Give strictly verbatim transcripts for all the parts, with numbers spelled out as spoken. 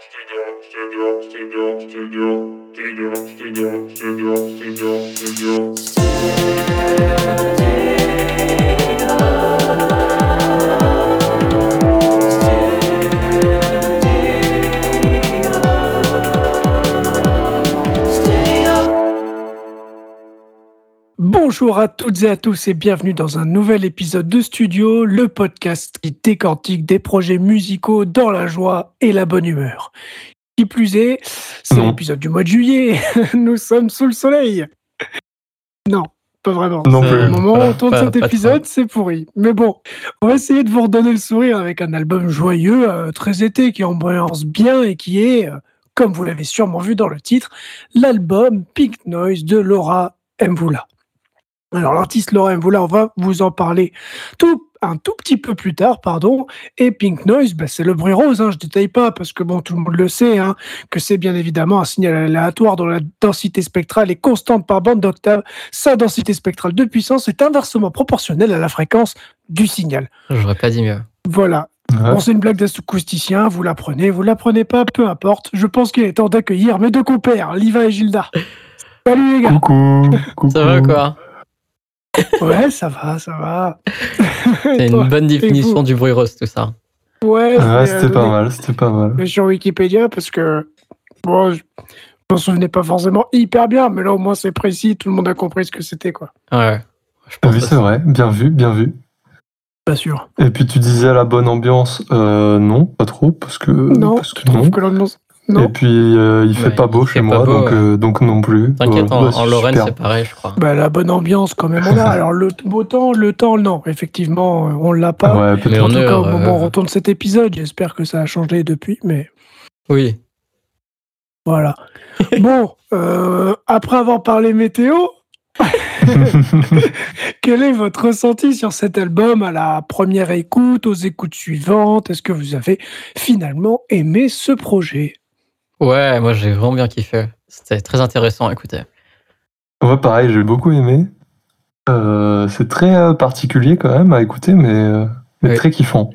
Bonjour à toutes et à tous et bienvenue dans un nouvel épisode de Studio, le podcast qui décortique des projets musicaux dans la joie et la bonne humeur. Qui plus est, c'est Non. l'épisode du mois de juillet, nous sommes sous le soleil. Non, pas vraiment. Non C'est plus. le moment Pas- où on tourne pas- cet pas épisode, c'est pourri. Mais bon, on va essayer de vous redonner le sourire avec un album joyeux, euh, très été, qui ambiance bien et qui est, euh, comme vous l'avez sûrement vu dans le titre, l'album Pink Noise de Laura Mvula. Alors l'artiste Laura Mvula, on va vous en parler tout, un tout petit peu plus tard, pardon. Et Pink Noise, bah, c'est le bruit rose, hein, je ne détaille pas parce que bon, tout le monde le sait, hein, que c'est bien évidemment un signal aléatoire dont la densité spectrale est constante par bande d'octaves. Sa densité spectrale de puissance est inversement proportionnelle à la fréquence du signal. J'aurais pas dit mieux. Voilà. Ouais. Bon, c'est une blague d'acousticien, vous la prenez, vous la prenez pas, peu importe. Je pense qu'il est temps d'accueillir mes deux compères, Liva et Gilda. Salut les gars. Coucou. Coucou. Ça va quoi? Ouais, ça va, ça va. C'est Et toi une bonne Et définition vous du bruit rose tout ça. Ouais, Ah, c'est, c'était euh, pas mal, c'était pas mal. mais sur Wikipédia parce que bon, je m'en souvenais pas forcément hyper bien, mais là au moins c'est précis, tout le monde a compris ce que c'était quoi. Ouais. Je Ah pense oui, que c'est vrai, bien vu, bien vu. Pas sûr. Et puis tu disais la bonne ambiance, euh, non, pas trop, parce que Non, parce je que trouve non. que l'ambiance. Et Non. puis euh, il fait Ouais, pas beau il chez fait moi, pas beau, donc ouais. euh, donc non plus. T'inquiète, Euh, en, bah, en Lorraine super. c'est pareil je crois. Bah la bonne ambiance quand même on a. Alors le beau temps, le temps non, effectivement euh, on l'a pas. Ouais, Mais peut-être. En on tout est, cas au euh, moment où on retourne cet épisode, j'espère que ça a changé depuis, mais Oui. voilà. Bon, euh, après avoir parlé météo, quel est votre ressenti sur cet album à la première écoute, aux écoutes suivantes? Est-ce que vous avez finalement aimé ce projet? Ouais, moi j'ai vraiment bien kiffé. C'était très intéressant à écouter. Ouais, pareil, j'ai beaucoup aimé. Euh, c'est très euh, particulier quand même à écouter, mais, euh, mais Oui. très kiffant.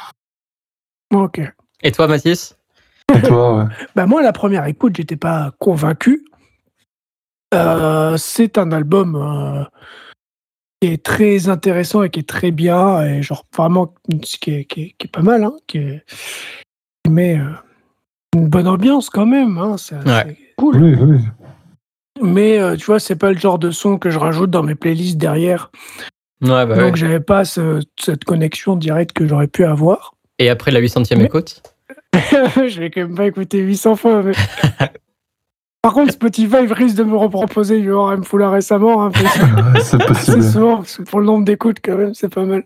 Ok. Et toi Mathis? Et toi, ouais. Bah moi, à la première écoute, j'étais pas convaincu. Euh, c'est un album euh, qui est très intéressant et qui est très bien, et genre vraiment qui est, qui est, qui est pas mal, hein, qui, est, qui met euh, une bonne ambiance quand même, hein, c'est Ouais. c'est cool. Oui, oui. Mais euh, tu vois, c'est pas le genre de son que je rajoute dans mes playlists derrière. Ouais bah Donc ouais. j'avais pas ce- cette connexion directe que j'aurais pu avoir. Et après la huit centième Mais- écoute? Je vais quand même pas écouter huit cents fois. Mais... Par contre, Spotify risque de me reproposer du Laura Mvula récemment. Hein, parce que Ouais, c'est c'est possible. souvent, parce que pour le nombre d'écoutes, quand même, c'est pas mal.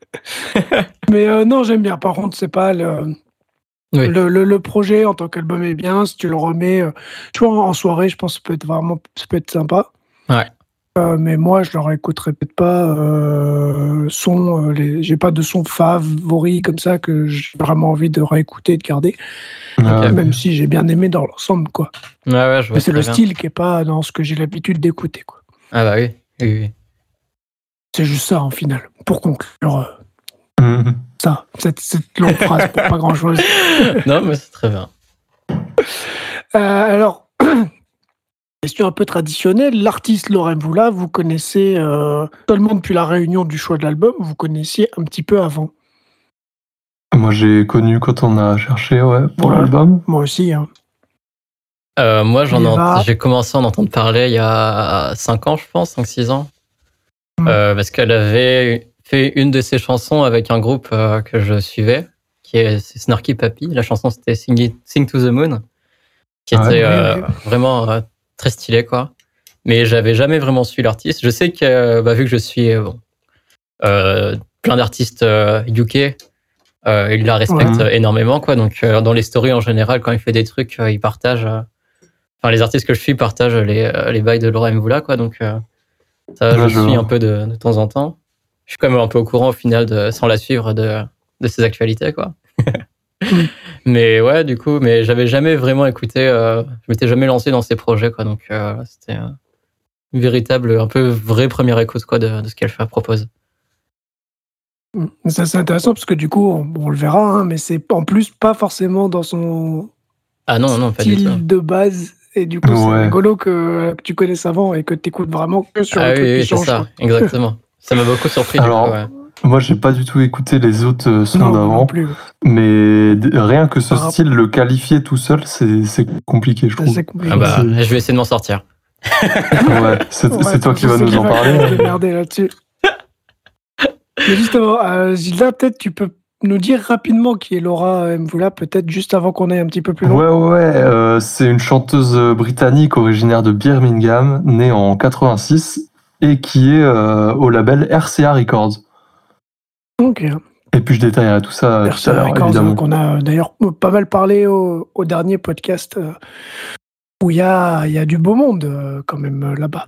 Mais euh, non, j'aime bien. Par contre, c'est pas le, Oui. le, le, le projet en tant qu'album est bien. Si tu le remets, euh, tu vois, en en soirée, je pense que ça peut être vraiment ça peut être sympa. Ouais. Euh, mais moi, je le réécouterai peut-être pas. Euh, son, euh, les, j'ai pas de son favori comme ça que j'ai vraiment envie de réécouter et de garder. Ouais, Même si j'ai bien aimé dans l'ensemble, quoi. Ouais ouais je vois Mais c'est très le bien. style qui est pas dans ce que j'ai l'habitude d'écouter, quoi. Ah bah oui. Oui, oui. C'est juste ça, en final. Pour conclure euh, Mhm. ça, cette, cette longue phrase pour pas grand-chose. Non mais c'est très bien. Euh, alors, question un peu traditionnelle. L'artiste Laura Mvula, vous connaissez euh, seulement depuis la réunion du choix de l'album, vous connaissiez un petit peu avant. Moi, j'ai connu quand on a cherché, ouais, pour Ouais. l'album. Moi aussi, hein. Euh, moi j'en ai Eva. ent- j'ai commencé à en entendre parler il y a cinq ans je pense, cinq six ans. Mm. Euh, parce qu'elle avait fait une de ses chansons avec un groupe euh, que je suivais, qui est c'est Snarky Puppy. La chanson c'était Sing, It- Sing to the Moon, qui Ah ouais, était oui, euh, oui. vraiment euh, très stylé quoi. Mais j'avais jamais vraiment suivi l'artiste. Je sais que euh, bah, vu que je suis euh, bon, euh, plein d'artistes euh, U K, euh, il la respecte Ouais. énormément quoi. Donc euh, dans les stories en général, quand il fait des trucs, euh, il partage. euh, Enfin les artistes que je suis partagent les euh, les bails de Laura Mvula quoi. Donc euh, ça Ouais, je je suis vois. un peu de, de temps en temps. Je suis quand même un peu au courant au final de sans la suivre de de ses actualités quoi. Mm. Mais ouais du coup, mais j'avais jamais vraiment écouté. Euh, je m'étais jamais lancé dans ses projets quoi. Donc euh, c'était euh, une véritable, un peu vraie première écoute quoi de, de ce qu'elle fait propose. Mm. Ça, c'est intéressant parce que du coup, on, on le verra, hein, mais c'est en plus pas forcément dans son Ah non, non, pas du tout. style de base. Et du coup, c'est Ouais. rigolo que, que tu connaisses avant et que tu écoutes vraiment que sur Ah le truc oui, qui oui, c'est change. ça, quoi. exactement. Ça m'a beaucoup surpris du Alors, coup, ouais. Moi, j'ai pas du tout écouté les autres euh, sons Non, moi non d'avant, plus. mais d- rien que ce Par rapport- style, le qualifier tout seul, c'est c'est compliqué, je C'est trouve. compliqué. Ah bah, c'est- je vais essayer de m'en sortir. Ouais, c'est Ouais, c'est toi pour qui ça, vas c'est nous en va parler. se démerder là-dessus. Mais justement, euh, Gilda, peut-être tu peux nous dire rapidement qui est Laura Mvula, peut-être juste avant qu'on aille un petit peu plus Ouais, loin. ouais, euh, c'est une chanteuse britannique originaire de Birmingham, née en quatre-vingt-six, et qui est euh, au label R C A Records. Ok. Et puis je détaillerai tout ça R tout C à A l'heure, Records, évidemment. qu'on a d'ailleurs pas mal parlé au, au dernier podcast euh, où il y a, il y a du beau monde euh, quand même euh, là-bas.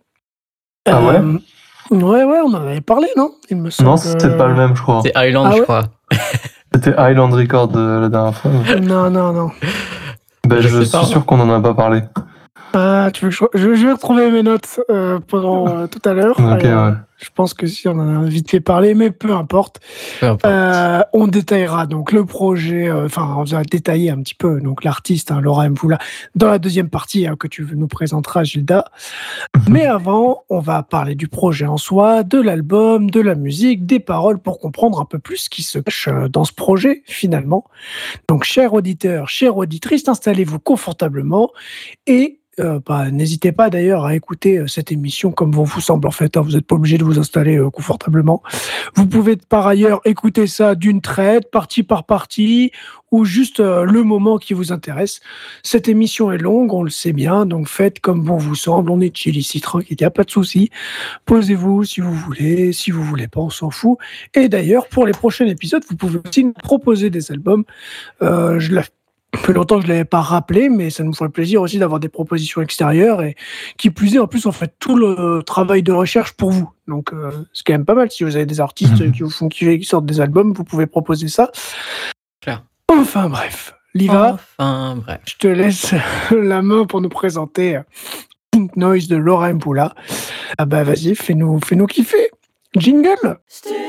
Ah ouais? Euh, Ouais, ouais, on en avait parlé, non? Il me Non, semble. c'était pas le même, je crois. C'est Highland, Ah je ouais? crois. C'était Highland Records euh, la dernière fois. mais- Non, non, non. Ben, Je je sais suis pas. sûr qu'on en a pas parlé. Ah, tu veux que je, je, je vais retrouver mes notes euh, pendant euh, tout à l'heure. Ok, Et, euh, ouais. je pense que si on en a vite fait parler, mais peu importe. Peu importe. Euh, on détaillera donc le projet, euh, enfin, on va détailler un petit peu donc l'artiste, hein, Laura Mvula, dans la deuxième partie hein, que tu nous présenteras, Gilda. Mais avant, on va parler du projet en soi, de l'album, de la musique, des paroles pour comprendre un peu plus ce qui se cache euh, dans ce projet finalement. Donc, chers auditeurs, chères auditrices, installez-vous confortablement et euh, bah, n'hésitez pas d'ailleurs à écouter euh, cette émission comme bon vous semble en fait. Hein, vous n'êtes pas obligé de vous installer euh, confortablement. Vous pouvez par ailleurs écouter ça d'une traite, partie par partie, ou juste euh, le moment qui vous intéresse. Cette émission est longue, on le sait bien, donc faites comme bon vous semble. On est chill ici, tranquille, il n'y a pas de souci. Posez-vous si vous voulez, si vous voulez pas, on s'en fout. Et d'ailleurs, pour les prochains épisodes, vous pouvez aussi nous proposer des albums. Euh, je l'ai fait longtemps que je ne l'avais pas rappelé, mais ça nous ferait plaisir aussi d'avoir des propositions extérieures et qui plus est, en plus, on fait tout le travail de recherche pour vous. Donc, euh, c'est quand même pas mal. Si vous avez des artistes Mhm. qui vous font kiffer, qui sortent des albums, vous pouvez proposer ça. Clair. Enfin, bref. Liva, Enfin, bref. je te laisse la main pour nous présenter Pink Noise de Laura Mvula. Ah bah, vas-y, fais-nous, fais-nous kiffer. Jingle.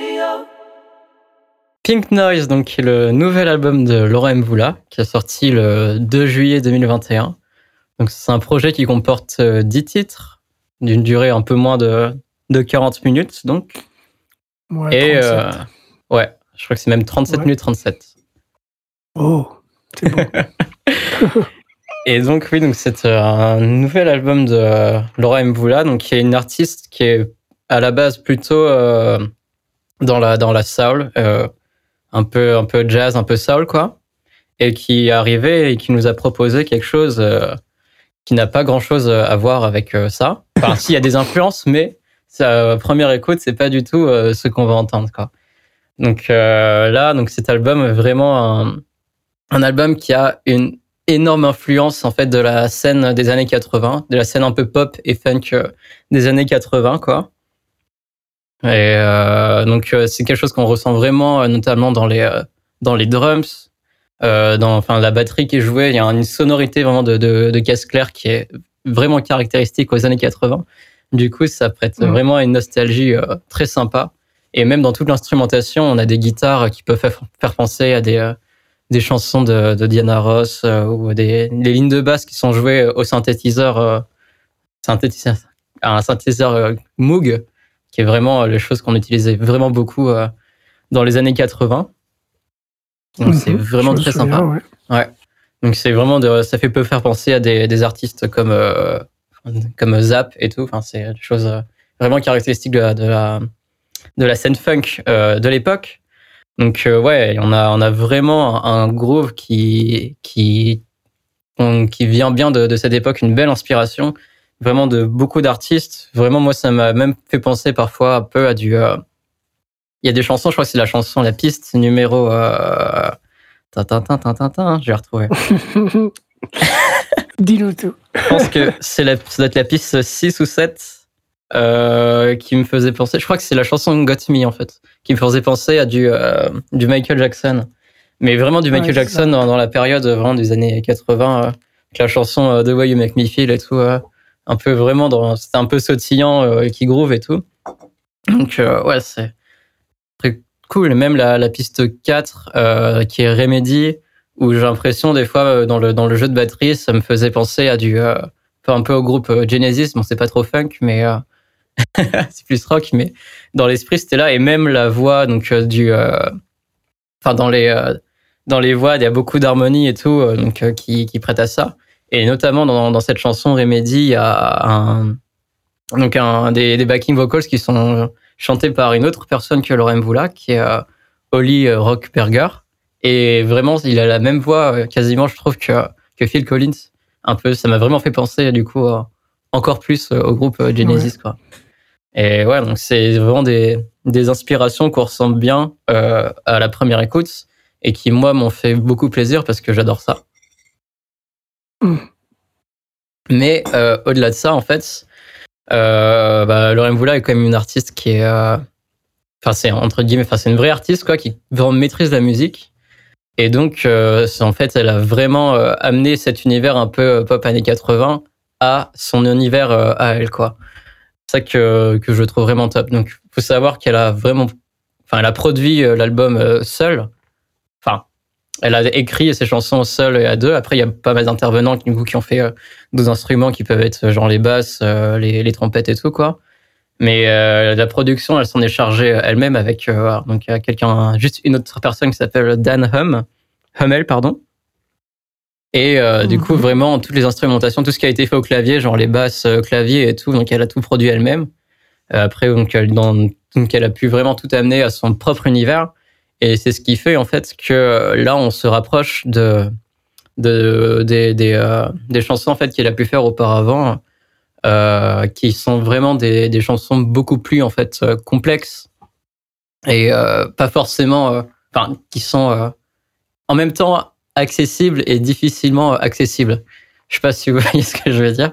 Pink Noise, donc qui est le nouvel album de Laura Mvula, qui est sorti le deux juillet deux mille vingt et un. Donc c'est un projet qui comporte euh, dix titres, d'une durée un peu moins de, de quarante minutes, donc. Ouais, Et trente-sept. euh, ouais, je crois que c'est même trente-sept Ouais. minutes trente-sept. Oh, c'est beau. Et donc oui, donc c'est euh, un nouvel album de euh, Laura Mvula, donc qui est une artiste qui est à la base plutôt euh, dans la dans la soul, euh, un peu un peu jazz, un peu soul quoi, et qui est arrivée et qui nous a proposé quelque chose euh, qui n'a pas grand chose à voir avec euh, ça. Enfin, si, il y a des influences, mais ça, à première écoute, c'est pas du tout euh, ce qu'on va entendre quoi. Donc euh, là, donc cet album est vraiment un, un album qui a une énorme influence en fait de la scène des années quatre-vingts, de la scène un peu pop et funk euh, des années quatre-vingts quoi. Et euh, donc euh, c'est quelque chose qu'on ressent vraiment euh, notamment dans les euh, dans les drums, euh, dans enfin la batterie qui est jouée, il y a une sonorité vraiment de de, de caisse claire qui est vraiment caractéristique aux années quatre-vingts. Du coup, ça prête Mmh. vraiment à une nostalgie euh, très sympa. Et même dans toute l'instrumentation, on a des guitares qui peuvent faire, faire penser à des euh, des chansons de, de Diana Ross euh, ou des, des lignes de basse qui sont jouées au synthétiseur, euh, synthétiseur un synthétiseur euh, Moog, qui est vraiment euh, les choses qu'on utilisait vraiment beaucoup euh, dans les années quatre-vingts. Donc c'est Mhm, vraiment je me très souviens, sympa. ouais. Ouais. Donc c'est vraiment de, ça fait peu faire penser à des, des artistes comme euh, comme Zap et tout. Enfin c'est des choses euh, vraiment caractéristiques de la de la, de la scène funk euh, de l'époque. Donc euh, ouais, on a on a vraiment un, un groove qui qui on- qui vient bien de, de cette époque, une belle inspiration, vraiment de beaucoup d'artistes. Vraiment moi ça m'a même fait penser parfois un peu à du euh, il y a des chansons, je crois que c'est la chanson la piste numéro euh, tin, tin, tin, tin, tin, je vais retrouver. Dis-nous tout. Je pense que c'est la, ça doit être la piste six ou sept euh, qui me faisait penser. Je crois que c'est la chanson Got Me, en fait, qui me faisait penser à du, euh, du Michael Jackson. Mais vraiment du Michael Ouais, c'est Jackson ça. dans, dans la période vraiment des années quatre-vingts, euh, avec la chanson euh, The Way You Make Me Feel et tout. Euh, un peu vraiment, dans, c'était un peu sautillant, euh, qui groove et tout. Donc, euh, ouais, c'est très cool. Même la, la piste quatre, euh, qui est Remedy, où j'ai l'impression des fois dans le dans le jeu de batterie, ça me faisait penser à du euh, un peu au groupe Genesis. Bon, c'est pas trop funk, mais euh, c'est plus rock, mais dans l'esprit c'était là. Et même la voix, donc euh, du, enfin euh, dans les euh, dans les voix, il y a beaucoup d'harmonie et tout, euh, donc euh, qui qui prête à ça. Et notamment dans dans cette chanson Remedy, il y a un donc un des des backing vocals qui sont chantés par une autre personne que Laurent Mvula, qui est euh, Holly Rockberger. Et vraiment, il a la même voix euh, quasiment, je trouve, que que Phil Collins. Un peu, ça m'a vraiment fait penser du coup euh, encore plus euh, au groupe euh, Genesis, ouais. Quoi. Et ouais, donc c'est vraiment des des inspirations qu'on ressent bien euh, à la première écoute et qui moi m'ont fait beaucoup plaisir parce que j'adore ça. Mm. Mais euh, au-delà de ça, en fait, euh, bah, Laurent Mvula est quand même une artiste qui est, enfin euh, c'est entre guillemets, enfin c'est une vraie artiste quoi, qui vraiment maîtrise la musique. Et donc, euh, en fait, elle a vraiment euh, amené cet univers un peu pop années quatre-vingts à son univers euh, à elle, quoi. C'est ça que que je trouve vraiment top. Donc, faut savoir qu'elle a vraiment, enfin, elle a produit euh, l'album euh, seule. Enfin, elle a écrit ses chansons seule et à deux. Après, il y a pas mal d'intervenants qui, du coup, qui ont fait euh, d'autres instruments qui peuvent être genre les basses, euh, les, les trompettes et tout, quoi. Mais euh, la production, elle s'en est chargée elle-même avec euh, donc quelqu'un, juste une autre personne qui s'appelle Dan Hum, Hummel, pardon. Et euh, mmh. du coup, vraiment toutes les instrumentations, tout ce qui a été fait au clavier, genre les basses, euh, clavier et tout, donc elle a tout produit elle-même. Euh, après, donc elle, dans, donc elle a pu vraiment tout amener à son propre univers. Et c'est ce qui fait en fait que là, on se rapproche de de des des, euh, des chansons en fait qu'elle a pu faire auparavant. Euh, qui sont vraiment des, des chansons beaucoup plus en fait euh, complexes et euh, pas forcément, enfin, euh, qui sont euh, en même temps accessibles et difficilement accessibles. Je sais pas si vous voyez ce que je veux dire.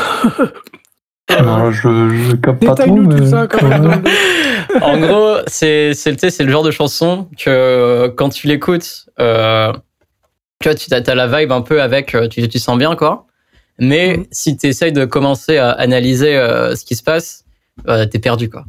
Non, je, je capte pas trop. Mais... tout ça, quand même. En gros, c'est c'est c'est le genre de chanson que quand tu l'écoutes, euh, tu vois, tu as, t'as la vibe un peu avec, tu tu sens bien quoi. Mais mmh. si tu essayes de commencer à analyser euh, ce qui se passe, euh, t'es perdu, quoi.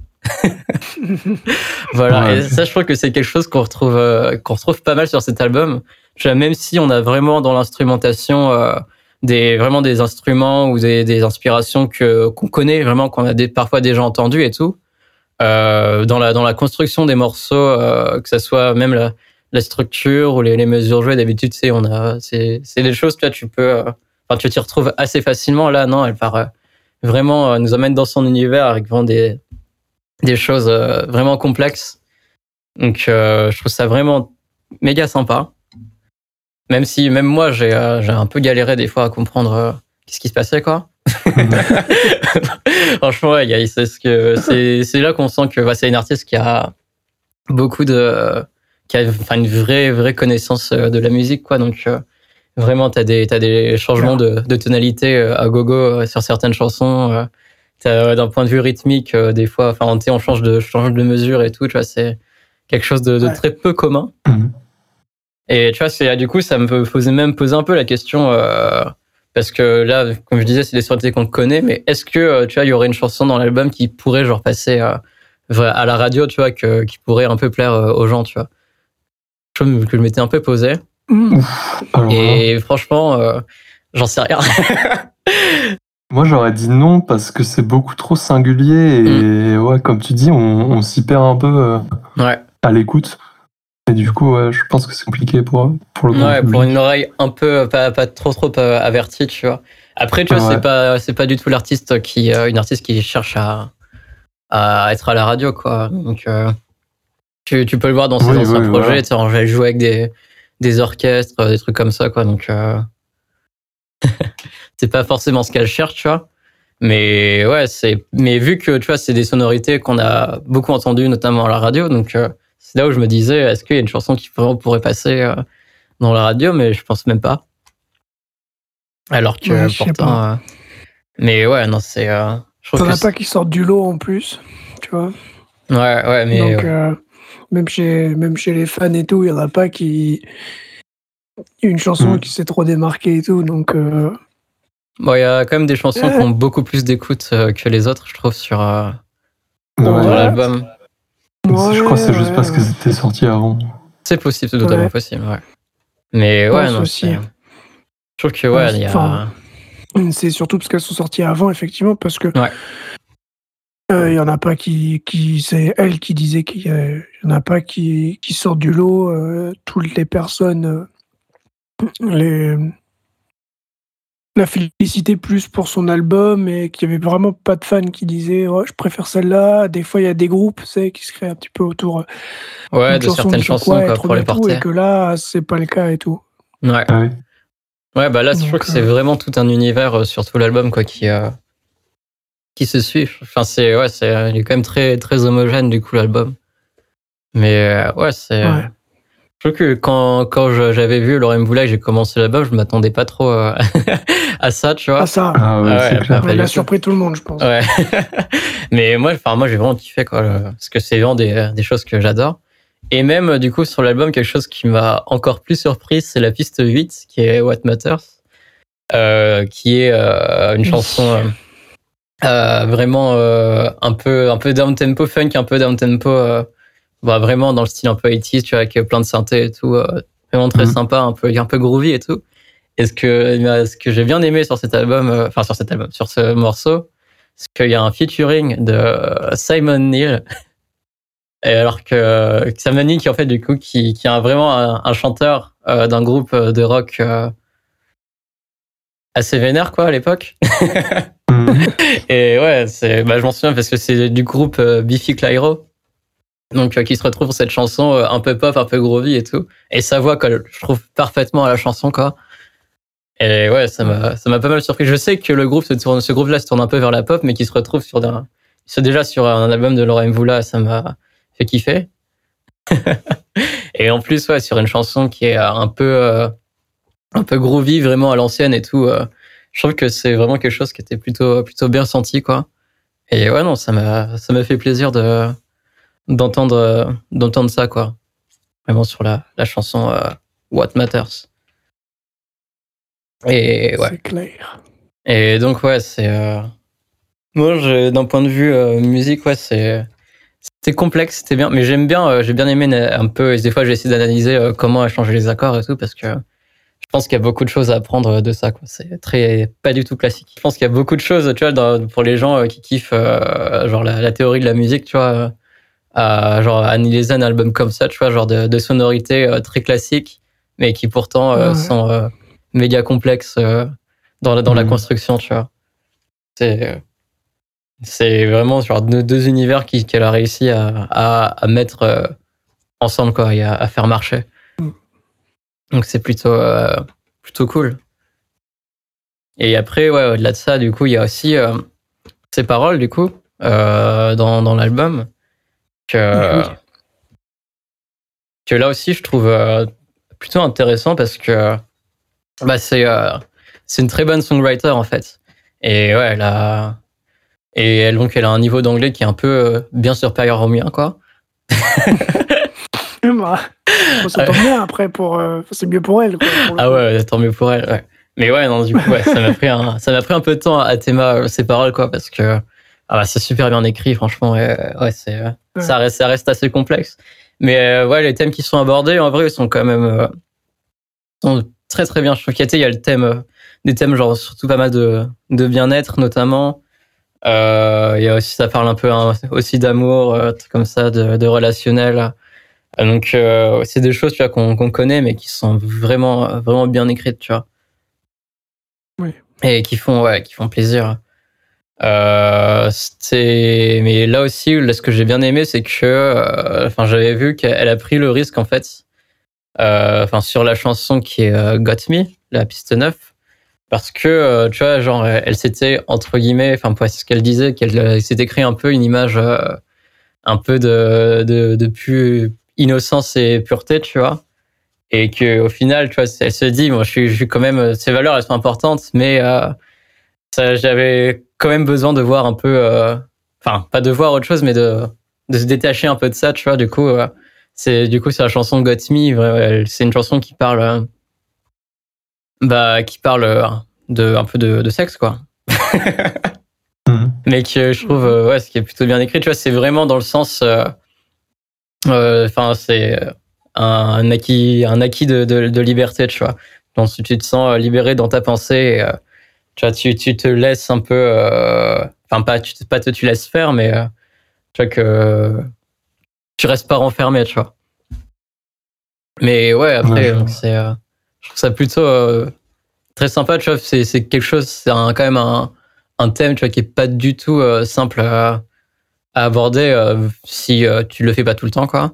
Voilà. Ouais. Et ça, je trouve que c'est quelque chose qu'on retrouve, euh, qu'on retrouve pas mal sur cet album. Même si on a vraiment dans l'instrumentation euh, des vraiment des instruments ou des, des inspirations que qu'on connaît vraiment, qu'on a des, parfois déjà entendu et tout. Euh, dans la dans la construction des morceaux, euh, que ça soit même la, la structure ou les, les mesures jouées. D'habitude, tu sais, on a c'est c'est des choses que toi tu peux. Euh, Enfin, tu t'y retrouves assez facilement. Là, non, elle part euh, vraiment euh, nous emmène dans son univers avec vraiment des des choses euh, vraiment complexes. Donc, euh, je trouve ça vraiment méga sympa. Même si, même moi, j'ai euh, j'ai un peu galéré des fois à comprendre euh, qu'est-ce qui se passait, quoi. Franchement, ouais, y a, c'est ce que c'est c'est là qu'on sent que bah, c'est une artiste qui a beaucoup de qui a enfin une vraie vraie connaissance de la musique, quoi. Donc euh, vraiment, t'as des t'as des changements de, de tonalité à gogo sur certaines chansons. T'as, d'un point de vue rythmique, des fois, enfin, tu sais, on change de change de mesure et tout. Tu vois, c'est quelque chose de, de ouais. très peu commun. Mmh. Et tu vois, c'est du coup, ça me faisait même poser un peu la question euh, parce que là, comme je disais, c'est des sonorités qu'on connaît, mais est-ce que tu vois, il y aurait une chanson dans l'album qui pourrait genre passer euh, à la radio, tu vois, que qui pourrait un peu plaire aux gens, tu vois. Je que je m'étais un peu posé. Mmh. Et ouais. franchement, euh, j'en sais rien. Moi, j'aurais dit non parce que c'est beaucoup trop singulier et mmh. ouais, comme tu dis, on, on s'y perd un peu euh, ouais. à l'écoute. Et du coup, ouais, je pense que c'est compliqué pour pour le ouais, pour une oreille un peu pas pas trop trop avertie, tu vois. Après, tu vois, ouais. c'est pas c'est pas du tout l'artiste qui euh, une artiste qui cherche à à être à la radio, quoi. Donc euh, tu tu peux le voir dans ses oui, anciens oui, projets, tu sais, elle joue avec des des orchestres, des trucs comme ça, quoi. Donc, euh... c'est pas forcément ce qu'elle cherche, tu vois. Mais ouais, c'est. Mais vu que tu vois, c'est des sonorités qu'on a beaucoup entendues, notamment à la radio, donc euh, c'est là où je me disais, est-ce qu'il y a une chanson qui vraiment pourrait passer euh, dans la radio, mais je pense même pas. Alors que ouais, pourtant. Euh... Mais ouais, non, c'est. Euh... T'en as pas qui sortent du lot en plus, tu vois. Ouais, ouais, mais. Donc, ouais. Euh... Même chez, même chez les fans et tout, il n'y en a pas qui. Une chanson mmh. qui s'est trop démarquée et tout, donc. Euh... Bon, il y a quand même des chansons qui ont beaucoup plus d'écoute euh, que les autres, je trouve, sur, euh, ouais. sur l'album. Ouais, je crois que c'est juste ouais, parce ouais. que c'était sorti avant. C'est possible, c'est totalement ouais. possible, ouais. Mais Je ouais, pense non, aussi. c'est... je trouve que Ouais, ouais, il y a. enfin, c'est surtout parce qu'elles sont sorties avant, effectivement, parce que Ouais. il y en a pas qui, qui c'est elle qui disait qu'il y, a- y en a pas qui, qui sortent du lot. Euh, toutes les personnes, euh, les, la féliciter plus pour son album et qu'il y avait vraiment pas de fans qui disaient oh, je préfère celle-là. Des fois, il y a des groupes, tu sais, qui se créent un petit peu autour euh, Ouais, d'une de chanson certaines qui fait chansons, quoi, elle est quoi, trop pour les bien tout, et porter. que là, c'est pas le cas et tout. Ouais. Ah oui. Ouais, bah là, je trouve Donc, que c'est euh, vraiment tout un univers euh, sur tout l'album, quoi, qui, euh, qui se suit. Enfin, c'est, ouais, c'est, il est quand même très, très homogène, du coup, l'album. Mais, euh, ouais, c'est, euh, ouais. je trouve que quand, quand je- j'avais vu Laurent Mboula et que j'ai commencé l'album, je m'attendais pas trop euh, à ça, tu vois. Ah, ça, Ah ouais, Ah c'est ouais, clair. pas il du a tout. surpris tout le monde, je pense. Ouais. Mais moi, enfin, moi, j'ai vraiment kiffé, quoi, le- parce que c'est vraiment des, des choses que j'adore. Et même, du coup, sur l'album, quelque chose qui m'a encore plus surpris, c'est la piste huit, qui est What Matters, euh, qui est euh, une Oui. chanson euh, euh, vraiment euh, un peu, un peu down tempo, funk, un peu down tempo, euh, bah, vraiment dans le style un peu eighties, tu vois, avec plein de synthé et tout, euh, vraiment très Mhm. sympa, un peu, un peu groovy et tout. Et ce que, ce que j'ai bien aimé sur cet album, euh, enfin sur cet album, sur ce morceau, c'est qu'il y a un featuring de Simon Neil. Et alors que, que Simon Neil, qui en fait du coup, qui, qui est vraiment un, un chanteur euh, d'un groupe de rock euh, assez vénère, quoi, à l'époque. Mhm. Et ouais, c'est, bah, je m'en souviens parce que c'est du groupe euh, Biffy Clyro. Donc, euh, qui se retrouve sur cette chanson euh, un peu pop, un peu groovy et tout. Et sa voix colle, je trouve, parfaitement à la chanson, quoi. Et ouais, ça m'a, ça m'a pas mal surpris. Je sais que le groupe se tourne, ce groupe-là se tourne un peu vers la pop, mais qui se retrouve sur un, c'est déjà sur un album de Laurent Mvoula, ça m'a fait kiffer. Et en plus, ouais, sur une chanson qui est un peu, euh, un peu groovy, vraiment à l'ancienne et tout. Euh, je trouve que c'est vraiment quelque chose qui était plutôt, plutôt bien senti, quoi. Et ouais, non, ça m'a, ça m'a fait plaisir de, d'entendre, euh, d'entendre ça, quoi. Vraiment sur la, la chanson euh, What Matters. Et ouais. C'est clair. Et donc, ouais, c'est. Euh... Moi, je, d'un point de vue euh, musique, ouais, c'est. C'était complexe, c'était bien. Mais j'aime bien, euh, j'ai bien aimé un peu. Et des fois, j'ai essayé d'analyser euh, comment a changé les accords et tout, parce que je pense qu'il y a beaucoup de choses à apprendre de ça, quoi. C'est très. Pas du tout classique. Je pense qu'il y a beaucoup de choses, tu vois, dans, pour les gens euh, qui kiffent, euh, genre, la, la théorie de la musique, tu vois. Euh, à genre analyser un album comme ça, tu vois, genre de, de sonorités euh, très classiques, mais qui pourtant euh, Ouais. sont euh, méga complexes euh, dans, la, dans la Mhm. construction, tu vois. C'est, c'est vraiment genre deux, deux univers qui, qu'elle a réussi à, à, à mettre euh, ensemble, quoi, et à, à faire marcher. Donc c'est plutôt, euh, plutôt cool. Et après, ouais, au-delà de ça, du coup, il y a aussi euh, ces paroles, du coup, euh, dans, dans l'album, que, Oui. que là aussi, je trouve euh, plutôt intéressant parce que bah, c'est, euh, c'est une très bonne songwriter, en fait. Et ouais, elle a, et elle, donc, elle a un niveau d'anglais qui est un peu euh, bien supérieur au mien, quoi. Bah, ça tombe bien après, pour, euh, c'est mieux pour elle. Quoi, pour le Ah coup. ouais, tant mieux pour elle, ouais. Mais ouais, non, du coup, ouais, ça m'a pris un, ça m'a pris un peu de temps à Théma, ces paroles, quoi, parce que, ah bah, c'est super bien écrit, franchement, et, euh, ouais, c'est, euh, Ouais. ça reste, ça reste assez complexe. Mais, euh, ouais, les thèmes qui sont abordés, en vrai, ils sont quand même, euh, sont très, très bien. Je trouve qu'il y a, il y a le thème, euh, des thèmes, genre, surtout pas mal de, de bien-être, notamment. Euh, il y a aussi, ça parle un peu, hein, aussi d'amour, euh, trucs comme ça, de, de relationnel. Donc, euh, c'est des choses, tu vois, qu'on, qu'on connaît, mais qui sont vraiment, vraiment bien écrites, tu vois. Oui. Et qui font, ouais, qui font plaisir. Euh, c'était, mais là aussi, là, ce que j'ai bien aimé, c'est que, euh, enfin, j'avais vu qu'elle a pris le risque, en fait, euh, enfin, sur la chanson qui est euh, Got Me, la piste neuf, parce que, euh, tu vois, genre, elle, elle s'était, entre guillemets, enfin, c'est ce qu'elle disait, qu'elle euh, s'était créé un peu une image, euh, un peu de, de, de plus innocence et pureté, tu vois. Et que au final, tu vois, elle se dit, moi, je suis, je suis quand même, ces valeurs, elles sont importantes, mais euh, ça, j'avais quand même besoin de voir un peu, euh, enfin, pas de voir autre chose, mais de, de se détacher un peu de ça, tu vois. Du coup, euh, c'est, du coup, c'est la chanson Got Me. C'est une chanson qui parle, euh, bah, qui parle euh, de un peu de, de sexe, quoi. Mhm. Mais que je trouve, euh, ouais, ce qui est plutôt bien écrit, tu vois, c'est vraiment dans le sens, enfin, euh, euh, c'est un, un acquis, un acquis de, de, de liberté, tu vois. Donc, tu te sens libéré dans ta pensée, et, euh, tu vois, tu, tu te laisses un peu, euh, enfin, pas, tu, pas te, tu laisses faire, mais, euh, tu vois, que tu restes pas renfermé, tu vois. Mais ouais, après, Ouais, donc c'est, euh, je trouve ça plutôt euh, très sympa, tu vois. C'est, c'est quelque chose, c'est un, quand même un, un thème, tu vois, qui est pas du tout euh, simple à, à aborder euh, si euh, tu le fais pas tout le temps, quoi.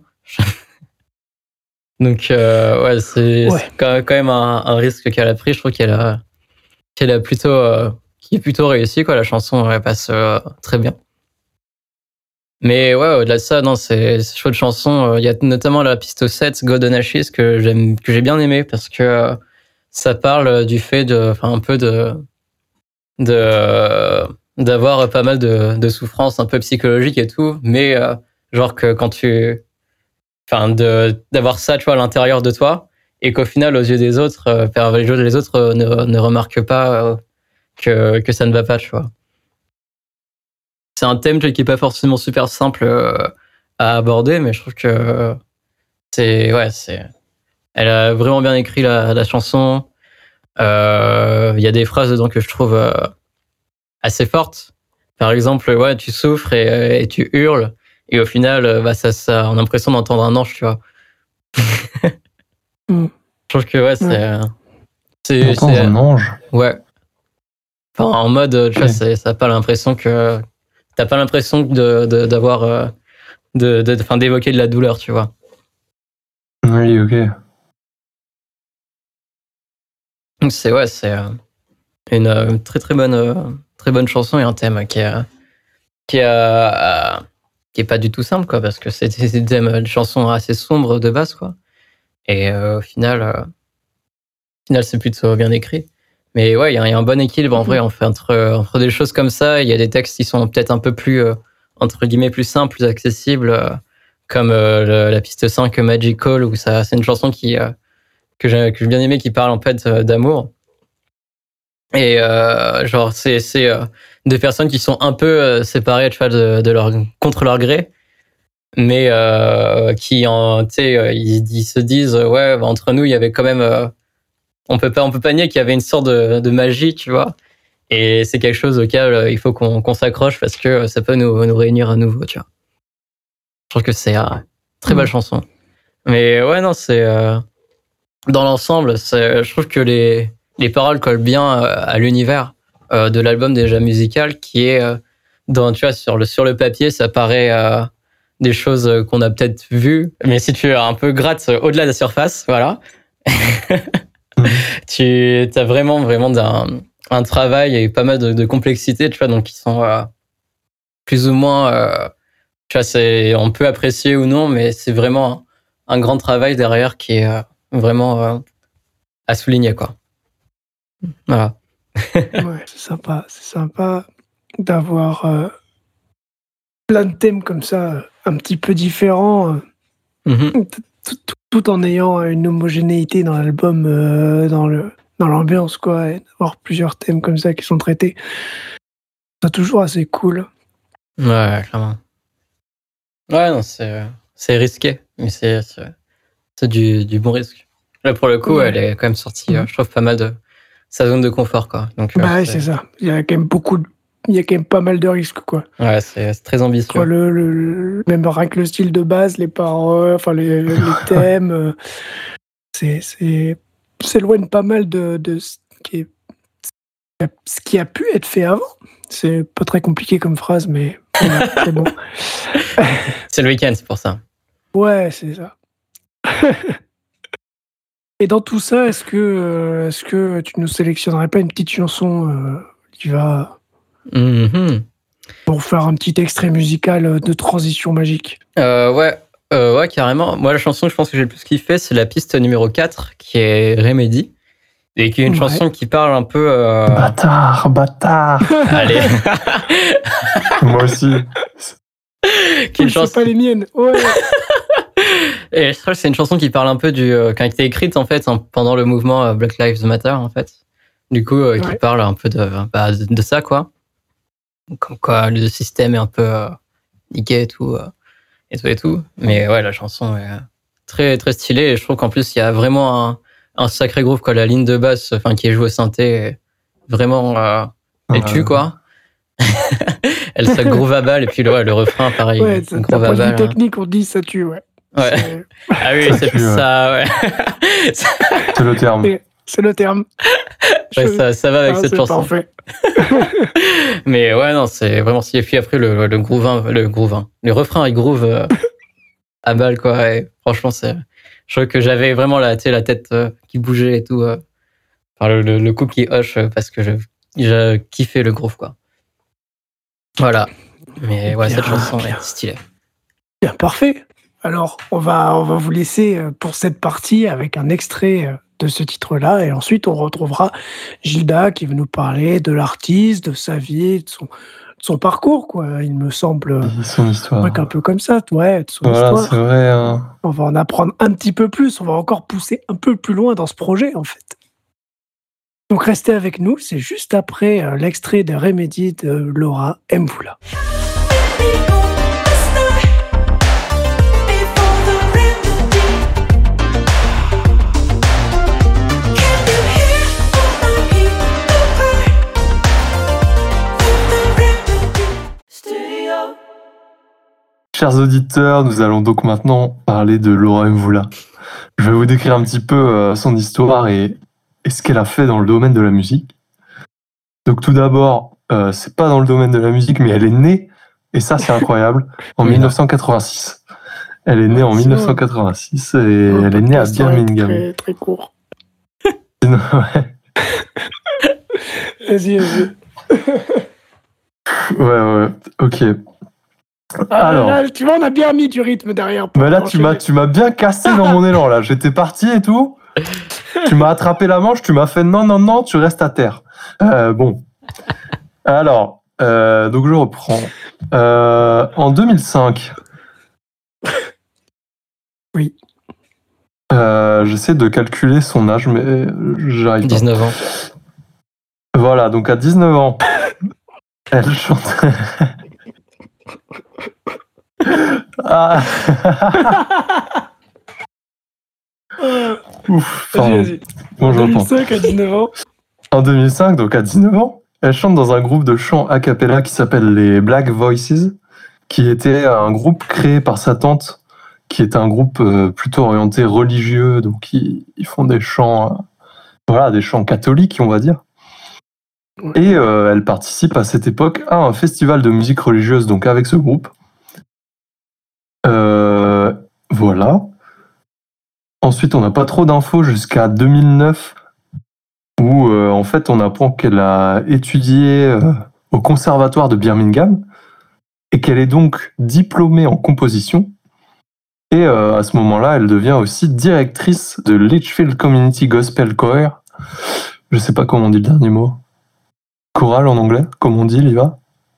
Donc, euh, ouais, c'est, Ouais. c'est quand quand même un, un risque qu'elle a pris. Je trouve qu'elle a, qu'elle a plutôt, euh, qui est plutôt réussi, quoi. La chanson, elle passe euh, très bien. Mais ouais, au-delà de ça, non, c'est, c'est chouette chanson. Il y a notamment la piste sept, God on Ashes, que j'aime, que j'ai bien aimé parce que euh, ça parle du fait de, enfin, un peu de, de, d'avoir pas mal de, de souffrances un peu psychologiques et tout, mais euh, genre que quand tu, enfin, de, d'avoir ça, tu vois, à l'intérieur de toi, et qu'au final, aux yeux des autres, euh, les yeux des autres euh, ne, ne remarquent pas euh, que, que ça ne va pas, tu vois. C'est un thème qui est pas forcément super simple euh, à aborder, mais je trouve que c'est, ouais, c'est, elle a vraiment bien écrit la, la chanson. Euh, Il y a des phrases dedans que je trouve euh, assez fortes. Par exemple, ouais, tu souffres et, et tu hurles, et au final, euh, bah, ça, ça, on a l'impression d'entendre un ange, tu vois. Mm. Je trouve que ouais, c'est, Ouais. c'est, Entendre c'est, un ange. ouais. Enfin, en mode, tu vois, Ok. c'est, ça a pas l'impression que, t'as pas l'impression de, de, d'avoir, euh, de, de, enfin, d'évoquer de la douleur, tu vois. Oui, ok. Donc c'est, ouais, c'est euh, une euh, très très bonne, euh, très bonne chanson et un thème qui est, qui est, euh, qui est pas du tout simple, quoi, parce que c'est c'est des thèmes, une chanson assez sombre de base, quoi. Et euh, au final, euh, au final, c'est plutôt bien écrit. Mais ouais, il y, a- il y a un bon équilibre en vrai, en fait, entre, entre des choses comme ça. Il y a des textes qui sont peut-être un peu plus, euh, entre guillemets, plus simples, plus accessibles, euh, comme euh, le- la piste cinq Magical, où ça, c'est une chanson qui, euh, que j'ai que j'ai bien aimé, qui parle en fait euh, d'amour. Et euh, genre, c'est c'est euh, des personnes qui sont un peu euh, séparées, tu vois, de, de leur, contre leur gré, mais euh, qui, en, tu sais, euh, ils, ils se disent, euh, ouais, bah, entre nous, il y avait quand même, euh, on peut pas, on peut pas nier qu'il y avait une sorte de, de magie, tu vois. Et c'est quelque chose auquel euh, il faut qu'on qu'on s'accroche parce que ça peut nous, nous réunir à nouveau, tu vois. Je trouve que c'est euh, une très belle Mm. chanson. Mais ouais, non, c'est euh, dans l'ensemble, c'est, je trouve que les les paroles collent bien euh, à l'univers euh, de l'album déjà musical, qui est euh, dans, tu vois, sur le sur le papier, ça paraît euh, des choses qu'on a peut-être vues, mais si tu un peu grattes au-delà de la surface, voilà, Mhm. tu as vraiment vraiment d'un un travail et pas mal de, de complexité, tu vois, donc qui sont euh, plus ou moins, euh, tu vois, c'est, on peut apprécier ou non, mais c'est vraiment un, un grand travail derrière qui est euh, vraiment euh, à souligner, quoi. Voilà. Ouais, c'est sympa. C'est sympa d'avoir euh, plein de thèmes comme ça, euh, un petit peu différents, euh, Mhm. tout, tout- tout en ayant une homogénéité dans l'album, euh, dans le dans l'ambiance, quoi, et d'avoir plusieurs thèmes comme ça qui sont traités. C'est toujours assez cool. Ouais, clairement. Ouais, non, c'est, c'est risqué, mais c'est, c'est, c'est du, du bon risque. Là, pour le coup, elle Ouais. est quand même sortie, euh, Mhm. je trouve, pas mal de sa zone de confort, quoi. Donc, euh, Bah ouais, c'est, c'est ça. Il y a quand même beaucoup de- il y a quand même pas mal de risques, quoi. ouais, c'est, c'est très Entre ambitieux. le, le, le- même rien que le style de base, les paroles, enfin les, les thèmes, euh, c'est c'est s'éloigne pas mal de, de ce qui est, ce qui a pu être fait avant. C'est pas très compliqué comme phrase, mais voilà, c'est bon. C'est le week-end, c'est pour ça. Ouais, c'est ça. Et dans tout ça, est-ce que, euh, est-ce que tu nous sélectionnerais pas une petite chanson euh, qui va Mhm. pour faire un petit extrait musical euh, de transition magique? Euh, ouais, euh, ouais, carrément. Moi, la chanson que je pense que j'ai le plus kiffé, c'est la piste numéro quatre, qui est Remedy, et qui est une Ouais. chanson qui parle un peu... euh, Bâtard, bâtard. Allez. Moi aussi. Qui est une C'est chanson... pas les miennes. Ouais. Et je trouve que c'est une chanson qui parle un peu du... euh, qui a été écrite, en fait, hein, pendant le mouvement euh, Black Lives Matter, en fait. Du coup, euh, qui Ouais. parle un peu de, bah, de, de ça, quoi. Comme quoi, le système est un peu euh, niqué et tout, euh, et tout, et tout. Mais ouais, la chanson est euh, très très stylé et je trouve qu'en plus il y a vraiment un, un sacré groove quoi. La ligne de basse, enfin qui est jouée au synthé, vraiment, euh, elle tue quoi. Elle se groove à balle et puis le, ouais, le refrain pareil. Ouais, d'un point de vue technique, on dit ça tue, ouais. Ouais. C'est... Ah oui, ça c'est tue, ça, ouais. C'est le terme. C'est, c'est le terme. Ouais, Je... ça, ça va avec ah, cette c'est chanson. Parfait. Mais ouais, non, c'est vraiment stylé. Puis après, le, le groove, le groove, le refrain, il groove euh, à balle, quoi. Et franchement, c'est, je crois que j'avais vraiment la, la tête euh, qui bougeait et tout. Euh, enfin, le, le, le cou qui hoche euh, parce que je, j'ai kiffé le groove, quoi. Voilà. Mais ouais, bien, cette chanson bien. Est stylée. Bien, parfait. Alors, on va, on va vous laisser pour cette partie avec un extrait de ce titre-là. Et ensuite, on retrouvera Gilda qui va nous parler de l'artiste, de sa vie, de son, de son parcours, quoi. Il me semble. Et son histoire. Un peu comme ça, ouais, de son voilà, histoire. C'est vrai. Hein. On va en apprendre un petit peu plus. On va encore pousser un peu plus loin dans ce projet, en fait. Donc, restez avec nous. C'est juste après euh, l'extrait de Remedy de Laura Mvula. Chers auditeurs, nous allons donc maintenant parler de Laura Mvula. Je vais vous décrire un petit peu euh, son histoire et, et ce qu'elle a fait dans le domaine de la musique. Donc tout d'abord, euh, c'est pas dans le domaine de la musique, mais elle est née, et ça c'est incroyable, en dix-neuf cent quatre-vingt-six. Elle est née en dix-neuf cent quatre-vingt-six et oh, elle est née à Birmingham. Très, très court. Non, ouais. Vas-y, vas-y. Ouais, ouais, ok. Ah, alors, là, tu vois, on a bien mis du rythme derrière. Bah là, tu m'as, tu m'as bien cassé dans mon élan, là. J'étais parti et tout. Tu m'as attrapé la manche, tu m'as fait non, non, non, tu restes à terre. Euh, bon. Alors, euh, donc je reprends. Euh, en deux mille cinq. Oui. Euh, j'essaie de calculer son âge, mais j'arrive pas. dix-neuf ans. Voilà, donc à dix-neuf ans, elle chante. Ah. Ouf. Vas-y, vas-y. Bon, en deux mille cinq, à dix-neuf ans. En deux mille cinq, donc à dix-neuf ans, elle chante dans un groupe de chant a cappella qui s'appelle les Black Voices, qui était un groupe créé par sa tante, qui est un groupe plutôt orienté religieux, donc ils, ils font des chants, voilà, des chants catholiques, on va dire. Et euh, elle participe à cette époque à un festival de musique religieuse, donc avec ce groupe. Euh, voilà. Ensuite, on n'a pas trop d'infos jusqu'à deux mille neuf, où euh, en fait on apprend qu'elle a étudié euh, au conservatoire de Birmingham et qu'elle est donc diplômée en composition. Et euh, à ce moment-là, elle devient aussi directrice de Litchfield Community Gospel Choir. Je sais pas comment on dit le dernier mot. Chorale en anglais, comme on dit, Liva?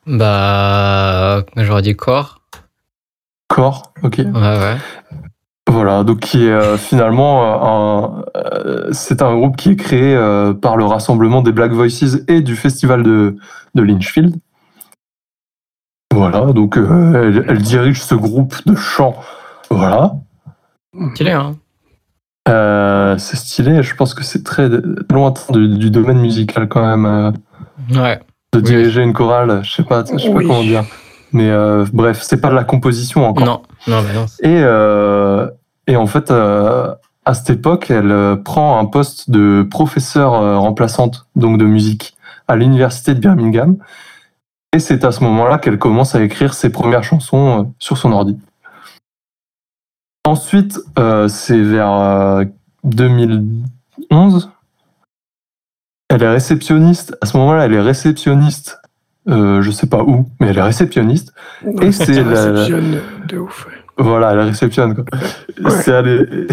Bah, j'aurais dit corps. Corps, ok. Ouais, ouais. Voilà, donc qui est euh, finalement euh, un, euh, c'est un groupe qui est créé euh, par le rassemblement des Black Voices et du festival de, de Litchfield. Voilà, donc euh, elle, elle dirige ce groupe de chant. Voilà. Stylé, hein. Euh, c'est stylé, je pense que c'est très lointain du, du domaine musical quand même. Euh, ouais. De diriger oui. une chorale, je sais pas, je sais oui. pas comment dire. Mais euh, bref, c'est pas de la composition encore. Non, non, bah non. Et, euh, et en fait, euh, à cette époque, elle euh, prend un poste de professeure euh, remplaçante, donc de musique, à l'université de Birmingham. Et c'est à ce moment-là qu'elle commence à écrire ses premières chansons euh, sur son ordi. Ensuite, euh, c'est vers euh, deux mille onze. Elle est réceptionniste. À ce moment-là, elle est réceptionniste. Euh, je sais pas où, mais elle est réceptionniste. Non, et c'est elle la... réceptionne de ouf. Voilà, elle réceptionne quoi. Ouais. C'est allé...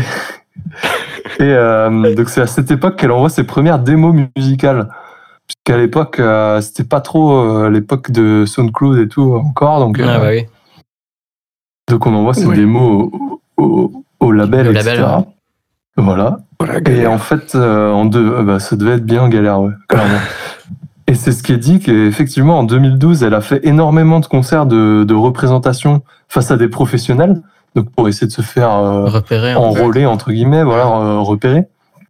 Et euh, donc c'est à cette époque qu'elle envoie ses premières démos musicales. Puisqu'à l'époque, euh, c'était pas trop euh, l'époque de SoundCloud et tout encore. Donc, ah, euh, bah oui. donc on envoie ses oui. démos au, au, au label, Le et cetera. label, hein. Voilà. Et en fait, euh, en deux, bah, ça devait être bien galère, ouais, clairement. Et c'est ce qui est dit qu'effectivement, en deux mille douze, elle a fait énormément de concerts de, de représentation face à des professionnels donc pour essayer de se faire euh, Repérer. enrôler, entre guillemets, voilà, euh, repérer.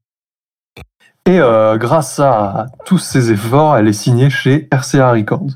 Et euh, grâce à tous ces efforts, elle est signée chez R C A Records.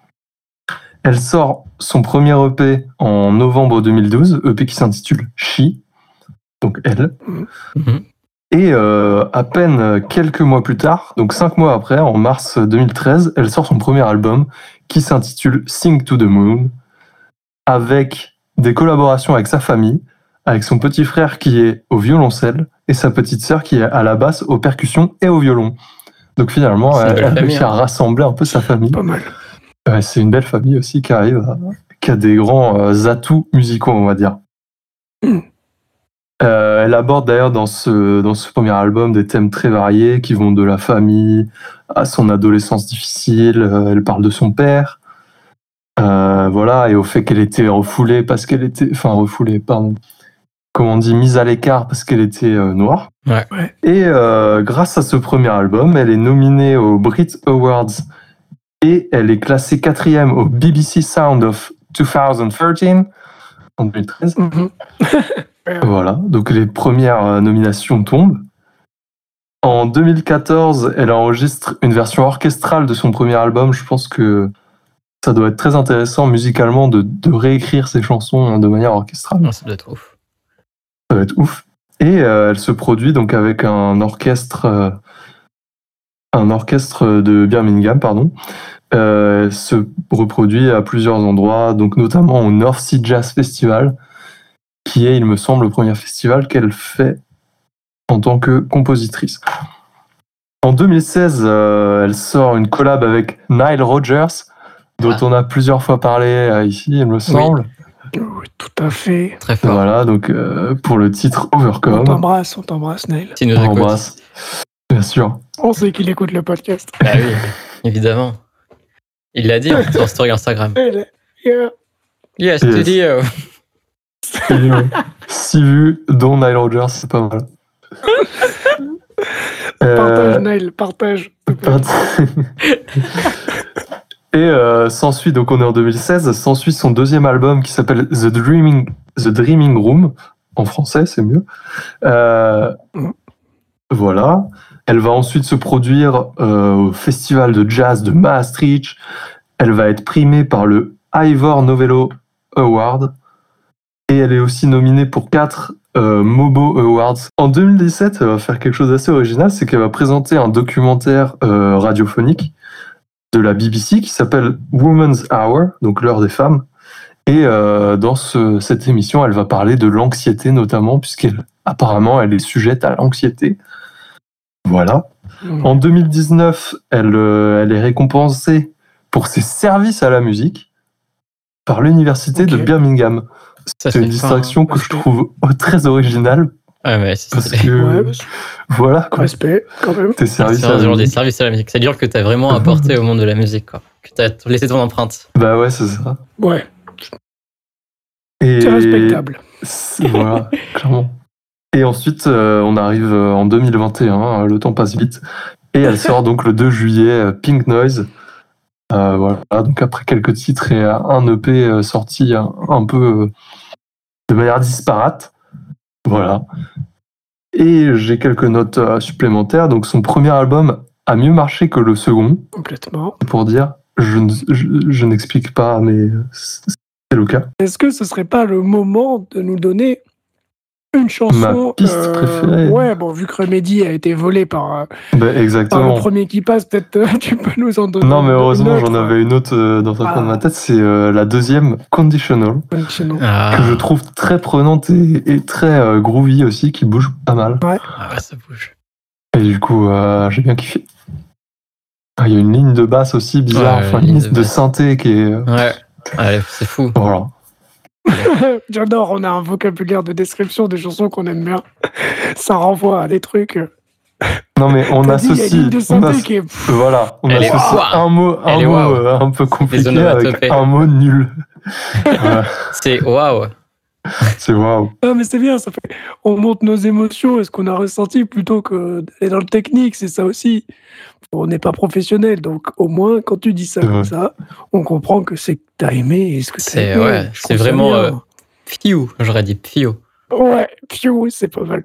Elle sort son premier E P en novembre deux mille douze, E P qui s'intitule She, donc elle. Mm-hmm. Et euh, à peine quelques mois plus tard, donc cinq mois après, en mars deux mille treize, elle sort son premier album qui s'intitule Sing to the Moon, avec des collaborations avec sa famille, avec son petit frère qui est au violoncelle et sa petite sœur qui est à la basse, aux percussions et au violon. Donc finalement, C'est une elle belle a famille, réussi à hein. rassembler un peu sa famille. Pas mal. Ouais, c'est une belle famille aussi qui arrive, à- qui a des grands euh, atouts musicaux, on va dire. Mm. Euh, elle aborde d'ailleurs dans ce, dans ce premier album des thèmes très variés qui vont de la famille à son adolescence difficile. Euh, elle parle de son père, euh, voilà, et au fait qu'elle était refoulée parce qu'elle était, enfin refoulée, pardon, comment on dit, mise à l'écart parce qu'elle était euh, noire. Ouais. Ouais. Et euh, grâce à ce premier album, elle est nominée aux Brit Awards et elle est classée quatrième au B B C Sound of deux mille treize en deux mille treize. Mhm. Voilà, donc les premières euh, nominations tombent. En deux mille quatorze, elle enregistre une version orchestrale de son premier album. Je pense que ça doit être très intéressant musicalement de, de réécrire ses chansons de manière orchestrale. Non, ça doit être ouf. Ça va être ouf. Et euh, elle se produit donc avec un orchestre, euh, un orchestre de Birmingham, pardon. Euh, elle se reproduit à plusieurs endroits, donc notamment au North Sea Jazz Festival, qui est, il me semble, le premier festival qu'elle fait en tant que compositrice. En deux mille seize, euh, elle sort une collab avec Nile Rodgers, dont Ah. on a plusieurs fois parlé euh, ici, il me semble. Oui, tout à fait. Très fort. Voilà, donc euh, pour le titre On Overcome. t'embrasse, on t'embrasse, Neil. S'il nous On écoute. embrasse. Bien sûr. On sait qu'il écoute le podcast. Bah oui, évidemment. Il l'a dit hein, sur story Instagram. Elle- yeah. Yes, Yes. studio. six vues, dont Nile Rodgers, c'est pas mal. Partage, Euh, Neil, partage. Et euh, s'ensuit, donc on est en deux mille seize, s'ensuit son deuxième album qui s'appelle The Dreaming, The Dreaming Room, en français c'est mieux. Euh, Mm. Voilà. Elle va ensuite se produire euh, au festival de jazz de Maastricht. Elle va être primée par le Ivor Novello Award. Et elle est aussi nominée pour quatre euh, Mobo Awards. En deux mille dix-sept, elle va faire quelque chose d'assez original, c'est qu'elle va présenter un documentaire euh, radiophonique de la B B C qui s'appelle Women's Hour, donc l'heure des femmes. Et euh, dans ce, cette émission, elle va parler de l'anxiété notamment, puisqu'elle apparemment elle est sujette à l'anxiété. Voilà. Mm. En deux mille dix-neuf, elle, euh, elle est récompensée pour ses services à la musique par l'université Ok. de Birmingham. Ça, C'est une fort, hein. distinction que je Respect. trouve très originale Ouais, mais c'est parce stylé. que Ouais, parce- voilà quoi. Respect, quand même. Tes services C'est à la vraiment des musique. services à la musique. C'est dur que tu as vraiment apporté au monde de la musique, quoi. Que tu as laissé ton empreinte. Bah ouais, c'est ça. Ouais, Et c'est respectable. c'est- Voilà, clairement. Et ensuite, euh, on arrive euh, en deux mille vingt et un, euh, le temps passe vite, et elle sort donc le deux juillet, euh, Pink Noise. Euh, voilà, donc après quelques titres et un E P euh, sorti un, un peu euh, de manière disparate. Voilà. Et j'ai quelques notes euh, supplémentaires. Donc son premier album a mieux marché que le second, Complètement. pour dire. Je, ne- je, je n'explique pas, mais c'est le cas. Est-ce que ce serait pas le moment de nous donner une chanson Ma piste préférée. Ouais, bon, vu que Remedy a été volé par, euh, Bah, par exactement. le premier qui passe, peut-être euh, tu peux nous en donner Non, mais une heureusement, autre, j'en avais une autre euh, dans un Ah. coin de ma tête. C'est euh, la deuxième, Conditional, Conditional. Ah, que je trouve très prenante et, et très euh, groovy aussi, qui bouge pas mal. ah ouais, ça bouge. Et du coup, euh, j'ai bien kiffé. Ah, il y a une ligne de basse aussi bizarre, Ouais, enfin ligne une de ligne de basse. synthé qui est. euh, Ouais, allez, c'est fou. Voilà. J'adore, on a un vocabulaire de description des chansons qu'on aime bien. Ça renvoie à des trucs. euh, Non, mais on T'as dit, il y a une associe. ligne de on synthé asso- qui est. pff, Voilà, on Elle est associe waouh. un mot, un Elle est mot waouh. euh, un peu compliqué avec onomatopées. un mot nul. Voilà, C'est waouh. c'est waouh. Ah, mais c'est bien, ça fait. On montre nos émotions et ce qu'on a ressenti plutôt que d'aller dans le technique, c'est ça aussi. On n'est pas professionnel, donc au moins, quand tu dis ça C'est comme vrai. ça, on comprend que c'est que t'as aimé et ce que t'as C'est aimé. ouais, Je c'est trouve ça vraiment bien. euh, Pfiou, j'aurais dit Pfiou. Ouais, Pfiou, c'est pas mal.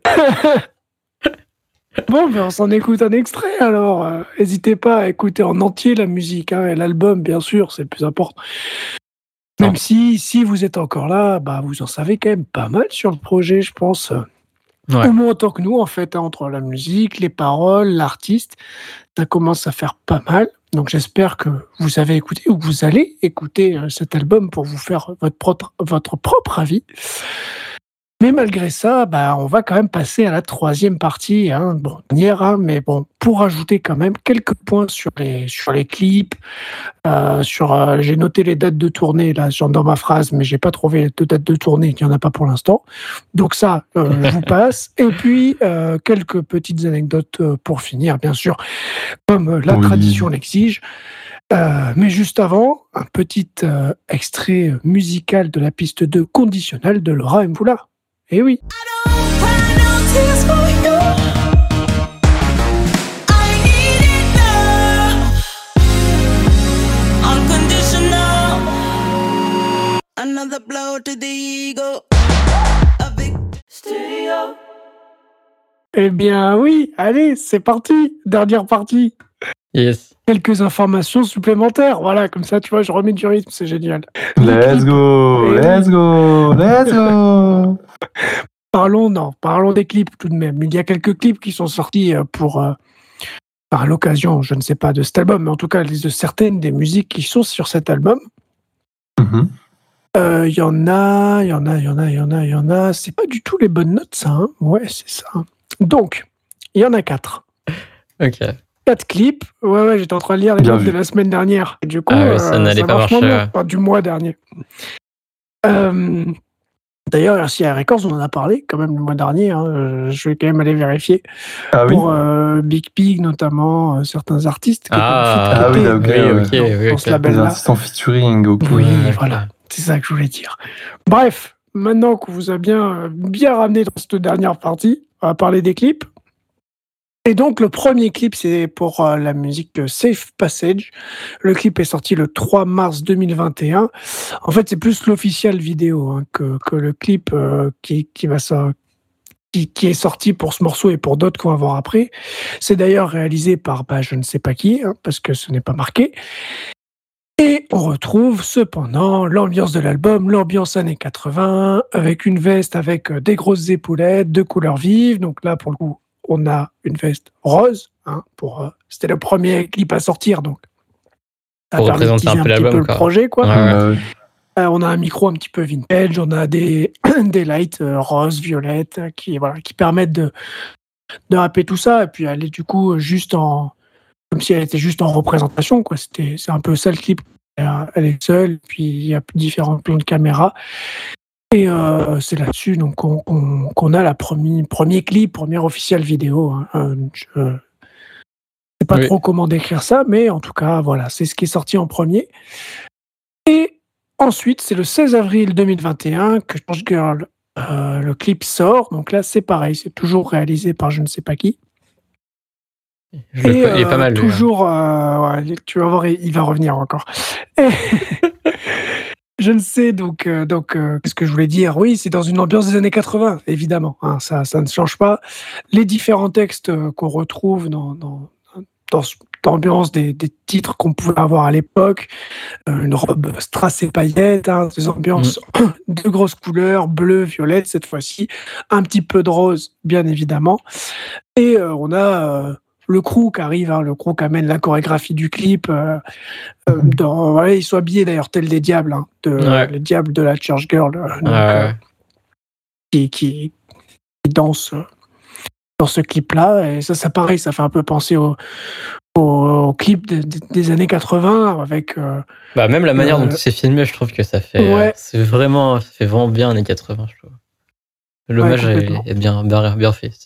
Bon, ben on s'en écoute un extrait alors. Euh, N'hésitez pas à écouter en entier la musique hein, et l'album, bien sûr, c'est le plus important. Même Non. si, si vous êtes encore là, bah, vous en savez quand même pas mal sur le projet, je pense. Ouais. Au moins autant que nous, en fait, hein, entre la musique, les paroles, l'artiste, ça commence à faire pas mal. Donc j'espère que vous avez écouté ou que vous allez écouter euh, cet album pour vous faire votre propre, votre propre avis. Mais malgré ça, bah, on va quand même passer à la troisième partie. Hein. Bon, dernière, hein, mais bon, pour ajouter quand même quelques points sur les, sur les clips. Euh, sur, euh, j'ai noté les dates de tournée là, sur, dans ma phrase, mais j'ai pas trouvé de date de tournée, il n'y en a pas pour l'instant. Donc ça, euh, je vous passe. Et puis, euh, quelques petites anecdotes euh, pour finir, bien sûr, comme euh, la Oui. tradition l'exige. Euh, mais juste avant, un petit euh, extrait musical de la piste deux conditionnelle de Laura Mvula. Eh oui. Another blow to the ego. A big studio. Eh bien oui, allez, c'est parti. Dernière partie. Yes. Quelques informations supplémentaires. Voilà, comme ça, tu vois, je remets du rythme, c'est génial. Let's go, Eh oui. let's go, let's go. Parlons, non, parlons des clips tout de même. Il y a quelques clips qui sont sortis euh, pour, euh, par l'occasion, je ne sais pas, de cet album, mais en tout cas, de certaines des musiques qui sont sur cet album. Mhm. Euh, Il y en a, il y en a, il y en a, il y en a, il y en a. C'est pas du tout les bonnes notes, ça. Hein. Ouais, c'est ça. Donc, il y en a quatre. Ok. Quatre clips. Ouais, ouais, j'étais en train de lire les Bien notes vu. de la semaine dernière. Et du coup, Ah oui, ça euh, n'allait pas marche marcher, moins bien. ouais. Enfin, du mois dernier. Euh, D'ailleurs, R C A Records, on en a parlé quand même le mois dernier. Hein. Euh, Je vais quand même aller vérifier. Ah oui. Pour euh, Big Pig, notamment, euh, certains artistes qui Ah, étaient Ah oui, feat-cotés là, ok, oui, ouais. ok, dans, oui, dans ok. ce Les label-là. artistes en featuring, ok. Oui, Ouais, ok. voilà. C'est ça que je voulais dire. Bref, maintenant qu'on vous a bien, bien ramené dans cette dernière partie, on va parler des clips. Et donc, le premier clip, c'est pour euh, la musique euh, Safe Passage. Le clip est sorti le trois mars deux mille vingt et un. En fait, c'est plus l'official vidéo hein, que, que le clip euh, qui, qui, va so- qui, qui est sorti pour ce morceau et pour d'autres qu'on va voir après. C'est d'ailleurs réalisé par bah, je ne sais pas qui, hein, parce que ce n'est pas marqué. Et on retrouve cependant l'ambiance de l'album, l'ambiance années quatre-vingts, avec une veste avec euh, des grosses épaulettes de couleurs vives. Donc là, pour le coup, on a une veste rose. Hein, pour, euh, c'était le premier clip à sortir, donc ça Pour a permis de représenter teaser un un peu petit l'album, peu le quoi. projet. Quoi. Ouais, ouais. Bah oui. Euh, on a un micro un petit peu vintage, on a des, des lights euh, roses, violettes, euh, qui, voilà, qui permettent de, de rapper tout ça. Et puis elle est du coup juste en... comme si elle était juste en représentation. Quoi. C'était, c'est un peu ça le clip. Elle est seule, puis il y a différents plans de caméra. Et euh, c'est là-dessus donc, qu'on, qu'on, qu'on a la première, premier clip, première officielle vidéo. Hein. Euh, je ne sais pas Oui. trop comment décrire ça, mais en tout cas, voilà, c'est ce qui est sorti en premier. Et ensuite, c'est le seize avril deux mille vingt et un que Church Girl, euh, le clip sort. Donc là, c'est pareil, c'est toujours réalisé par je ne sais pas qui. Je le- Et il est pas euh, mal, lui, hein. toujours, euh, ouais, tu vas voir, il il va revenir encore. Et je ne sais donc, euh, donc euh, qu'est-ce que je voulais dire? Oui, c'est dans une ambiance des années quatre-vingts, évidemment. Hein, ça, ça ne change pas. Les différents textes euh, qu'on retrouve dans, dans, dans cette ambiance des, des titres qu'on pouvait avoir à l'époque, euh, une robe strass et paillettes, hein, des ambiances de grosses couleurs, bleu, violette cette fois-ci, un petit peu de rose, bien évidemment. Et euh, on a euh, le crew qui arrive, hein, le crew qui amène la chorégraphie du clip. Euh, euh, dans, voilà, ils sont habillés d'ailleurs tels des diables, hein, de, Ouais. les diables de la Church Girl, euh, donc, Ouais, euh, ouais. qui, qui, qui dansent euh, dans ce clip-là. Et ça, ça pareil, ça fait un peu penser au, au, au clip de- de- des années quatre-vingts avec. Euh, Bah, même la manière Euh, dont c'est filmé, je trouve que ça fait. ouais. C'est vraiment, ça fait vraiment bien années quatre-vingts, je trouve. L'hommage Ouais, est, complètement. est bien, bien, bien fait.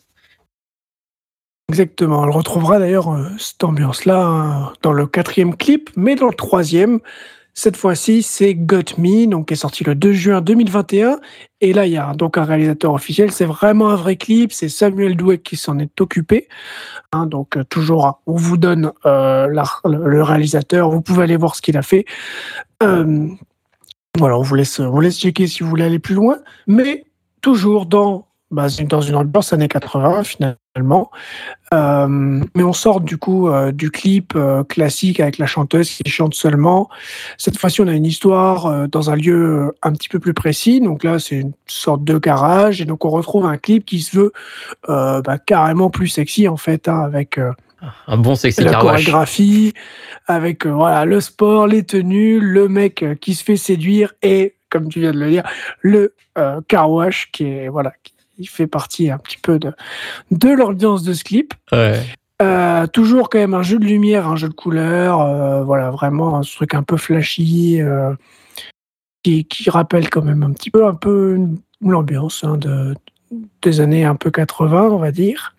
Exactement. On retrouvera d'ailleurs euh, cette ambiance-là hein, dans le quatrième clip, mais dans le troisième, cette fois-ci, c'est Got Me, donc qui est sorti le deux juin deux mille vingt et un. Et là, il y a donc un réalisateur officiel. C'est vraiment un vrai clip. C'est Samuel Dweck qui s'en est occupé. Hein, donc euh, toujours, on vous donne euh, la- le, le réalisateur. Vous pouvez aller voir ce qu'il a fait. Euh, Voilà, on vous laisse, on vous laisse checker si vous voulez aller plus loin, mais toujours dans, bah, dans une ambiance années quatre-vingts finalement. Euh, mais on sort du coup euh, du clip euh, classique avec la chanteuse qui chante seulement. Cette fois-ci, on a une histoire euh, dans un lieu euh, un petit peu plus précis. Donc là, c'est une sorte de garage, et donc on retrouve un clip qui se veut euh, bah, carrément plus sexy en fait, hein, avec euh, Un bon sexy la car wash. chorégraphie, avec euh, voilà le sport, les tenues, le mec euh, qui se fait séduire et, comme tu viens de le dire, le euh, car wash qui est voilà qui fait partie un petit peu de de l'ambiance de ce clip. Ouais. Euh, toujours quand même un jeu de lumière, un jeu de couleurs, euh, voilà vraiment un truc un peu flashy euh, qui qui rappelle quand même un petit peu un peu l'ambiance hein, de des années un peu quatre-vingts, on va dire.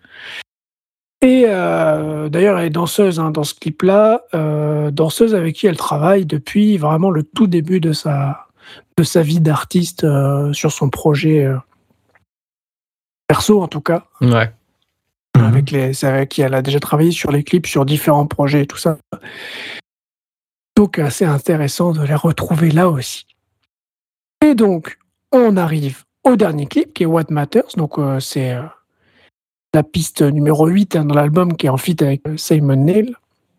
Et euh, d'ailleurs, elle est danseuse hein, dans ce clip-là, euh, danseuse avec qui elle travaille depuis vraiment le tout début de sa, de sa vie d'artiste euh, sur son projet euh, perso en tout cas. Ouais. Mhm. Avec les, c'est avec qui elle a déjà travaillé sur les clips, sur différents projets et tout ça. Donc assez intéressant de les retrouver là aussi. Et donc, on arrive au dernier clip qui est What Matters. Donc euh, c'est euh, la piste numéro huit hein, dans l'album qui est en feat avec euh, Simon Neil.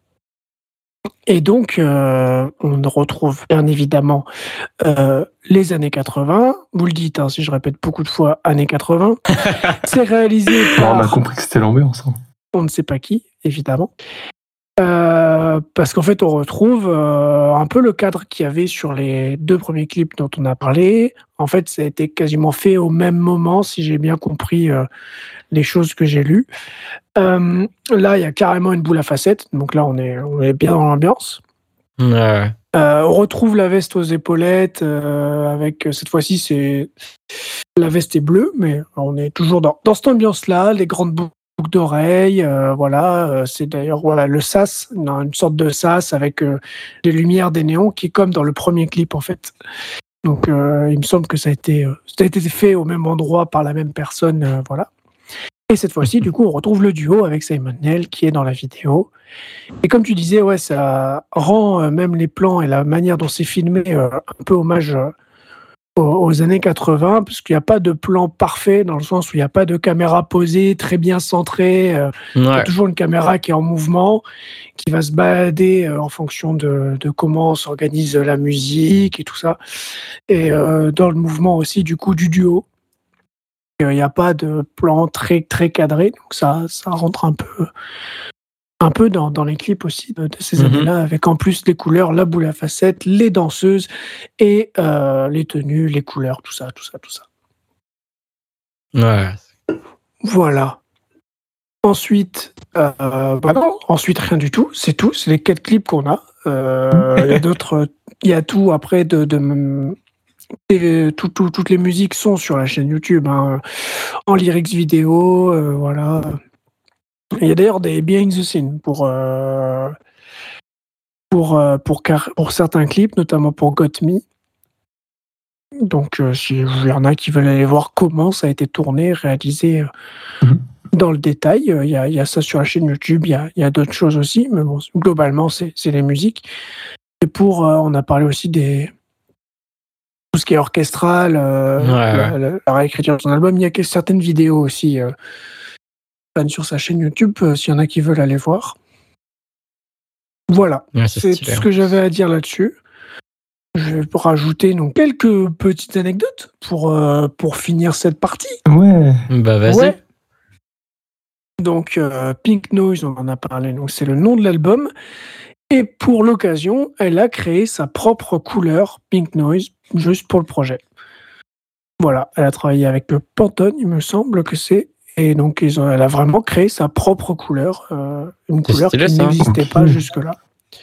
Et donc, euh, on retrouve bien évidemment euh, les années quatre-vingts. Vous le dites, hein, si je répète beaucoup de fois, années quatre-vingts. C'est réalisé Bon, on a par compris que c'était l'ambiance. Hein. on ne sait pas qui, évidemment. Euh, parce qu'en fait, on retrouve euh, un peu le cadre qu'il y avait sur les deux premiers clips dont on a parlé. En fait, ça a été quasiment fait au même moment, si j'ai bien compris euh, les choses que j'ai lues. Euh, là, il y a carrément une boule à facettes. Donc là, on est, on est bien dans l'ambiance. Ouais. Euh, on retrouve la veste aux épaulettes euh, avec cette fois-ci c'est la veste est bleue, mais on est toujours dans, dans cette ambiance-là, les grandes boucles d'oreilles, euh, voilà. Euh, c'est d'ailleurs voilà le sas, une, une sorte de sas avec euh, des lumières, des néons, qui est comme dans le premier clip en fait. Donc euh, il me semble que ça a été euh, ça a été fait au même endroit par la même personne, euh, voilà. Et cette fois-ci, du coup, on retrouve le duo avec Simon Neil qui est dans la vidéo. Et comme tu disais, ouais, ça rend euh, même les plans et la manière dont c'est filmé euh, un peu hommage euh, aux, aux années quatre-vingts, parce qu'il n'y a pas de plan parfait, dans le sens où il n'y a pas de caméra posée, très bien centrée. Euh, il y a Ouais. toujours une caméra qui est en mouvement, qui va se balader euh, en fonction de, de comment s'organise la musique et tout ça. Et euh, dans le mouvement aussi, du coup, du duo. Il n'y a pas de plan très, très cadré, donc ça, ça rentre un peu un peu dans, dans les clips aussi de, de ces Mhm. années-là, avec en plus les couleurs, la boule à facettes, les danseuses et euh, les tenues, les couleurs, tout ça, tout ça, tout ça. Ouais. Voilà. Ensuite, euh, bah non, ensuite rien du tout, c'est tout, c'est les quatre clips qu'on a. Euh, Il y a d'autres, il y a tout après de, de et tout, tout, toutes les musiques sont sur la chaîne YouTube, hein, en lyrics vidéo, euh, voilà. Il y a d'ailleurs des behind the scenes pour euh, pour, euh, pour, car- pour certains clips, notamment pour Got Me. Donc, euh, si il y en a qui veulent aller voir comment ça a été tourné, réalisé euh, Mhm. dans le détail, euh, il y, a, il y a ça sur la chaîne YouTube, il y a, il y a d'autres choses aussi, mais bon, globalement, c'est, c'est les musiques. Et pour, euh, on a parlé aussi des tout ce qui est orchestral, euh, Ouais, la, ouais. la- la réécriture de son album. Il y a que certaines vidéos aussi euh, sur sa chaîne YouTube, euh, s'il y en a qui veulent aller voir. Voilà, Ouais, c'est c'est stylé, tout ce hein. que j'avais à dire là-dessus. Je vais rajouter donc quelques petites anecdotes pour, euh, pour finir cette partie. Ouais. Bah, vas-y. Ouais. Donc, euh, Pink Noise, on en a parlé, donc c'est le nom de l'album. Et pour l'occasion, elle a créé sa propre couleur, Pink Noise, juste pour le projet. Voilà, elle a travaillé avec le Pantone, il me semble que c'est. Et donc, ils ont, elle a vraiment créé sa propre couleur, euh, une C'est couleur stylé, qui ça. n'existait Ok. pas jusque-là.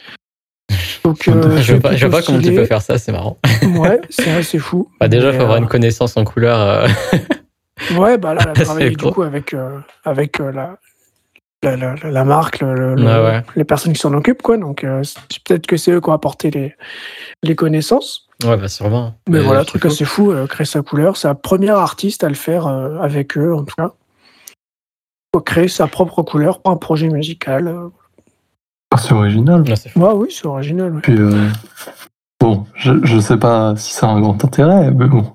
Donc, Je euh, Je c'est vois pas, je vois plutôt pas comment tu stylé. peux faire ça, c'est marrant. Ouais, c'est assez fou. Bah, déjà, Mais, faut avoir euh, une connaissance en couleur. euh, Ouais, bah là, elle a assez travaillé du pro. coup avec, euh, avec euh, la, la, la, la marque, le, le- Ouais, le- ouais. les personnes qui s'en occupent, quoi. Donc, euh, c'est- peut-être que c'est eux qui ont apporté les, les connaissances. Ouais, bah, sûrement. Mais Mais voilà, c'est truc fou. assez fou, euh, créer sa couleur. C'est la première artiste à le faire euh, avec eux, en tout cas. Faut créer sa propre couleur pour un projet musical. euh. Ah, c'est original. Ouais, c'est fou. Ouais, oui, c'est original. Ouais. Puis, euh, Bon, je, je sais pas si ça a un grand intérêt, mais bon.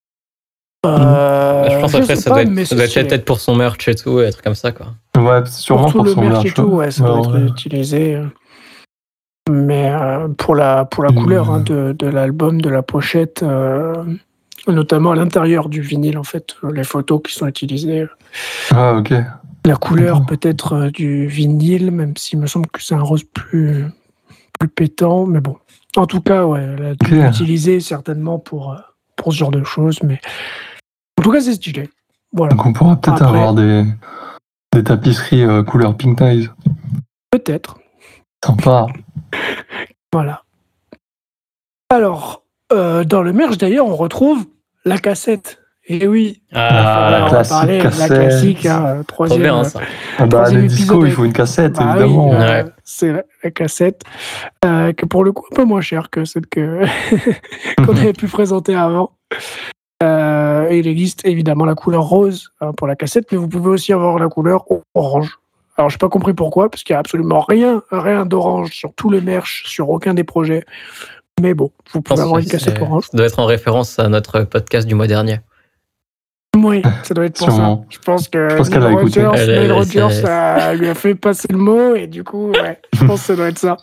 Euh, je pense je après, sais ça pas, doit mais être, ça c'est doit être stylé. peut-être pour son merch et tout, et des trucs comme ça, quoi. Ouais, sûrement Pour tout pour, le son merch et merch. tout, ouais, ça Ouais, doit être ouais. utilisé. euh. Mais euh, pour la, pour la Mmh. couleur hein, de, de l'album, de la pochette, euh, notamment à l'intérieur du vinyle, en fait, euh, les photos qui sont utilisées. euh, Ah, ok. La couleur D'accord. peut-être euh, du vinyle, même s'il me semble que c'est un rose plus, plus pétant, mais bon. En tout cas, ouais, elle a dû Ok. l'utiliser certainement pour, euh, pour ce genre de choses, mais en tout cas, c'est stylé. Voilà. Donc on pourra peut-être Après- avoir des, des tapisseries euh, couleur Pink Noise. Peut-être. Sympa. Voilà. Alors, euh, dans le merch, d'ailleurs, on retrouve la cassette. Et oui, Ah, la on va classique parler de la cassette. classique, hein, euh, Trop troisième, bien, euh, ça. Ah bah, troisième les épisode discos, il avec- faut une cassette, Bah oui, évidemment. euh, Ouais. c'est la, la cassette, euh, que pour le coup, un peu moins chère que celle que qu'on avait pu présenter avant. Euh, il existe évidemment la couleur rose hein, pour la cassette, mais vous pouvez aussi avoir la couleur orange. Alors, j'ai pas compris pourquoi, parce qu'il n'y a absolument rien, rien d'orange sur tout le merch, sur aucun des projets. Mais bon, vous Je pouvez pense avoir que une cassette c'est- orange. ça doit être en référence à notre podcast du mois dernier. Oui, ça doit être pour Sûrement. ça. Je pense que Je pense Neil qu'elle a écouté. Rogers, Elle- Neil elle- Rogers c'est- ça lui a fait passer le mot, et du coup, ouais, je pense que ça doit être ça.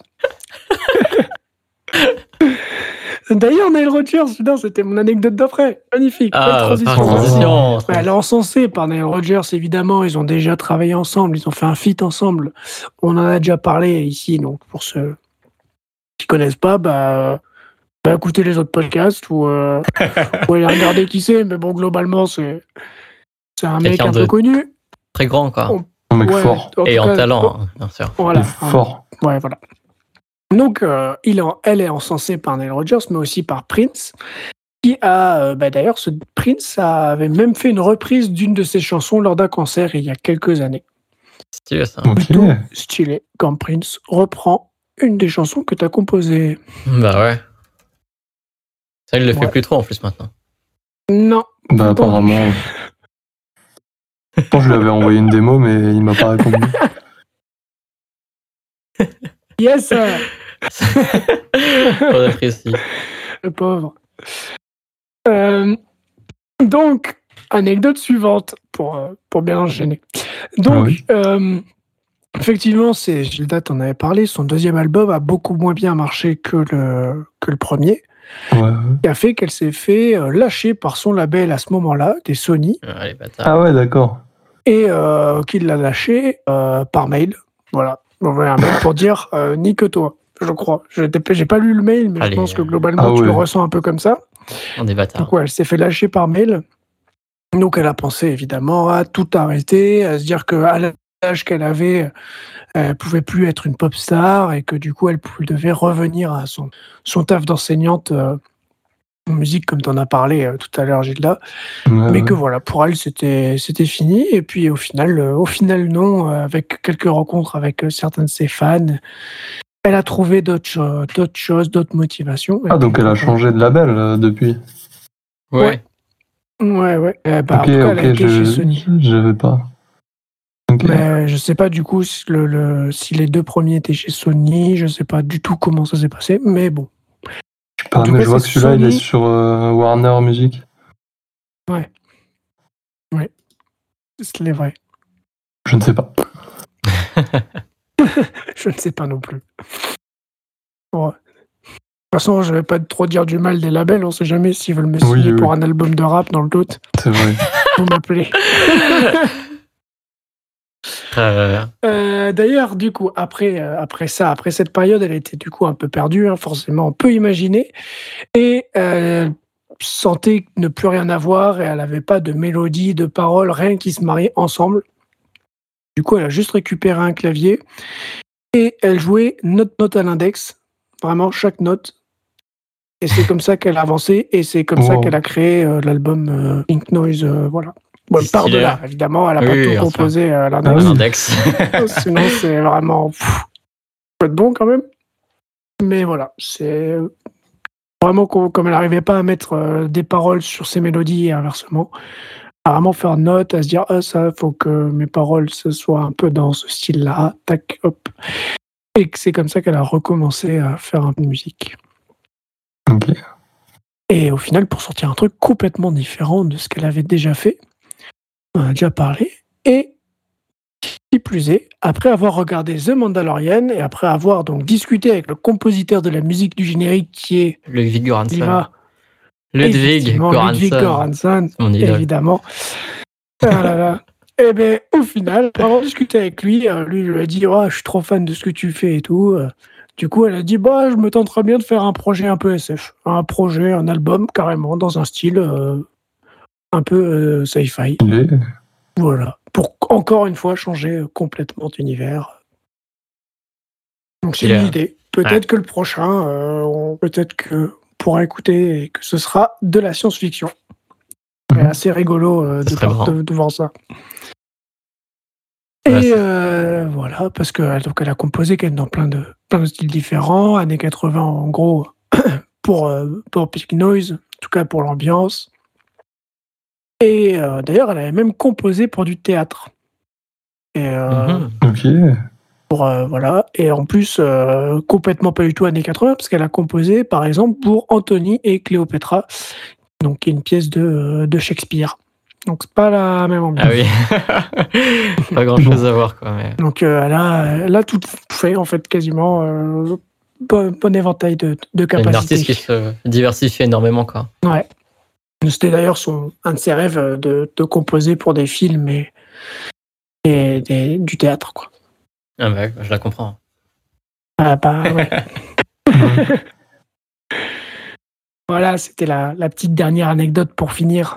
D'ailleurs, Neil Rogers, putain, c'était mon anecdote d'après. Magnifique. Belle Ah, transition. par transition. Ouais, elle est encensée par Neil Rogers, évidemment. Ils ont déjà travaillé ensemble. Ils ont fait un feat ensemble. On en a déjà parlé ici. Donc, pour ceux qui connaissent pas, bah, bah écoutez les autres podcasts ou euh, ou aller regarder qui c'est. Mais bon, globalement, c'est c'est un mec Quelqu'un un de- peu connu. Très grand, quoi. On- Un mec Ouais, fort. en Et tout en cas, talent, hein, bien sûr. Il Voilà. est fort. Ouais, voilà. Donc, euh, il est en- elle est encensée par Neil Rogers, mais aussi par Prince, qui a, euh, bah, d'ailleurs, ce Prince avait même fait une reprise d'une de ses chansons lors d'un concert il y a quelques années. Stylé, ça. Ok. Plutôt stylé quand Prince reprend une des chansons que tu as composées. Bah ouais. Ça, il le fait Ouais. plus trop en plus maintenant. Non. Bah, Bon. apparemment. Je pense que je lui avais envoyé une démo, mais il m'a pas répondu. Yes, euh, On apprécie. le pauvre. Euh, donc, anecdote suivante pour, euh, pour bien enchaîner. Donc, Ah oui. euh, effectivement, c'est Gilda t'en avait parlé, son deuxième album a beaucoup moins bien marché que le, que le premier, Ouais, ouais. qui a fait qu'elle s'est fait euh, lâcher par son label à ce moment-là, des Sony, Ah, les bâtards. Ah ouais, d'accord. et euh, qu'il l'a lâché euh, par mail. Voilà, on envoyé un mail pour dire euh, nique-toi, je crois. Je n'ai j'ai pas lu le mail, mais Allez. je pense que globalement, Ah tu le ouais. ressens un peu comme ça. On des bâtards. Donc ouais, elle s'est fait lâcher par mail. Donc elle a pensé évidemment à tout arrêter, à se dire qu'à l'âge qu'elle avait, elle pouvait plus être une pop star et que du coup elle pou- devait revenir à son, son taf d'enseignante euh, en musique comme tu en as parlé euh, tout à l'heure Gilda. Ouais, Mais ouais. que voilà, pour elle c'était c'était fini. Et puis au final, euh, au final non, euh, avec quelques rencontres avec euh, certains de ses fans, elle a trouvé d'autres cho- d'autres choses, d'autres motivations. Et Ah, donc puis, elle a euh, changé de label euh, depuis. Ouais. Ouais. Ouais, ouais. Eh ben, en Ok, tout cas, elle a ok, été chez je Sony. j'avais pas. Ok. Mais je sais pas du coup si, le, le- si les deux premiers étaient chez Sony, je sais pas du tout comment ça s'est passé, mais bon. Je sais pas, en tout mais cas, je vois que c'est celui-là, il est Sony. sur euh, Warner Music. C'est vrai. Je ne sais pas. Je ne sais pas non plus. Bon. De toute façon, je vais pas trop dire du mal des labels, on sait jamais s'ils veulent me Oui, signer oui. pour un album de rap dans le doute. C'est vrai. Vous m'appelez. Euh, Euh, D'ailleurs, du coup, après, euh, après ça, après cette période, elle était du coup un peu perdue, hein, forcément, on peut imaginer. Et euh, sentait ne plus rien avoir et elle n'avait pas de mélodie, de paroles, rien qui se mariait ensemble. Du coup, elle a juste récupéré un clavier et elle jouait note-note à l'index, vraiment chaque note. Et c'est comme ça qu'elle a avancé et c'est comme ça Wow. qu'elle a créé euh, l'album euh, Pink Noise. euh, voilà. Bon, elle part de Stylé. là, évidemment, elle n'a Oui, pas oui, tout bien sûr. composé à Ah l'index. oui. L'index. Sinon, c'est vraiment. Pff, faut être bon quand même. Mais voilà, c'est vraiment co- comme elle n'arrivait pas à mettre euh, des paroles sur ses mélodies et inversement, à vraiment faire note, à se dire ah, ça, faut que mes paroles ce soit un peu dans ce style-là, tac, hop. Et que c'est comme ça qu'elle a recommencé à faire un peu de musique. Ok. Et au final, pour sortir un truc complètement différent de ce qu'elle avait déjà fait, on en a déjà parlé, et qui plus est, après avoir regardé The Mandalorian et après avoir donc discuté avec le compositeur de la musique du générique qui est Ludwig Göransson. Lima, Ludwig effectivement, Ludwig Göransson. Göransson, C'est mon idole. évidemment. Ah là là. Et bien, au final, avoir discuté avec lui, euh, lui, je lui a dit oh, je suis trop fan de ce que tu fais et tout. Euh, Du coup, elle a dit bah, je me tenterais bien de faire un projet un peu S F. Un projet, un album, carrément, dans un style euh, un peu euh, sci-fi. Il est... Voilà. Pour encore une fois changer euh, complètement d'univers. Donc, c'est Il une a- idée. Peut-être que le prochain, euh, on- peut-être que on pourra écouter et que ce sera de la science-fiction. C'est Mhm. assez rigolo euh, Ce de, serait voir- marrant. de, de voir ça. Ouais, Et c'est- euh, voilà, parce qu'elle donc elle a composé quand même dans plein de, plein de styles différents, années quatre-vingts en gros, pour, euh, pour Pink Noise, en tout cas pour l'ambiance. Et euh, d'ailleurs, elle avait même composé pour du théâtre. Et, euh, Mhm. Ok. pour, euh, voilà. Et en plus, euh, complètement pas du tout années quatre-vingts, parce qu'elle a composé, par exemple, pour Anthony et Cléopâtra, donc qui est une pièce de, de Shakespeare. Donc c'est pas la même ambiance. Ah oui. Pas grand chose à voir, quoi. Mais... Donc euh, elle, a, elle a tout fait, en fait, quasiment. Euh, bon, bon éventail de, de Il y a une capacités. artiste qui se diversifie énormément, quoi. Ouais. C'était d'ailleurs son, un de ses rêves euh, de, de composer pour des films et, et des- du théâtre, quoi. Ah bah, je la comprends. Ah bah, ouais. Mhm. Voilà, c'était la, la petite dernière anecdote pour finir.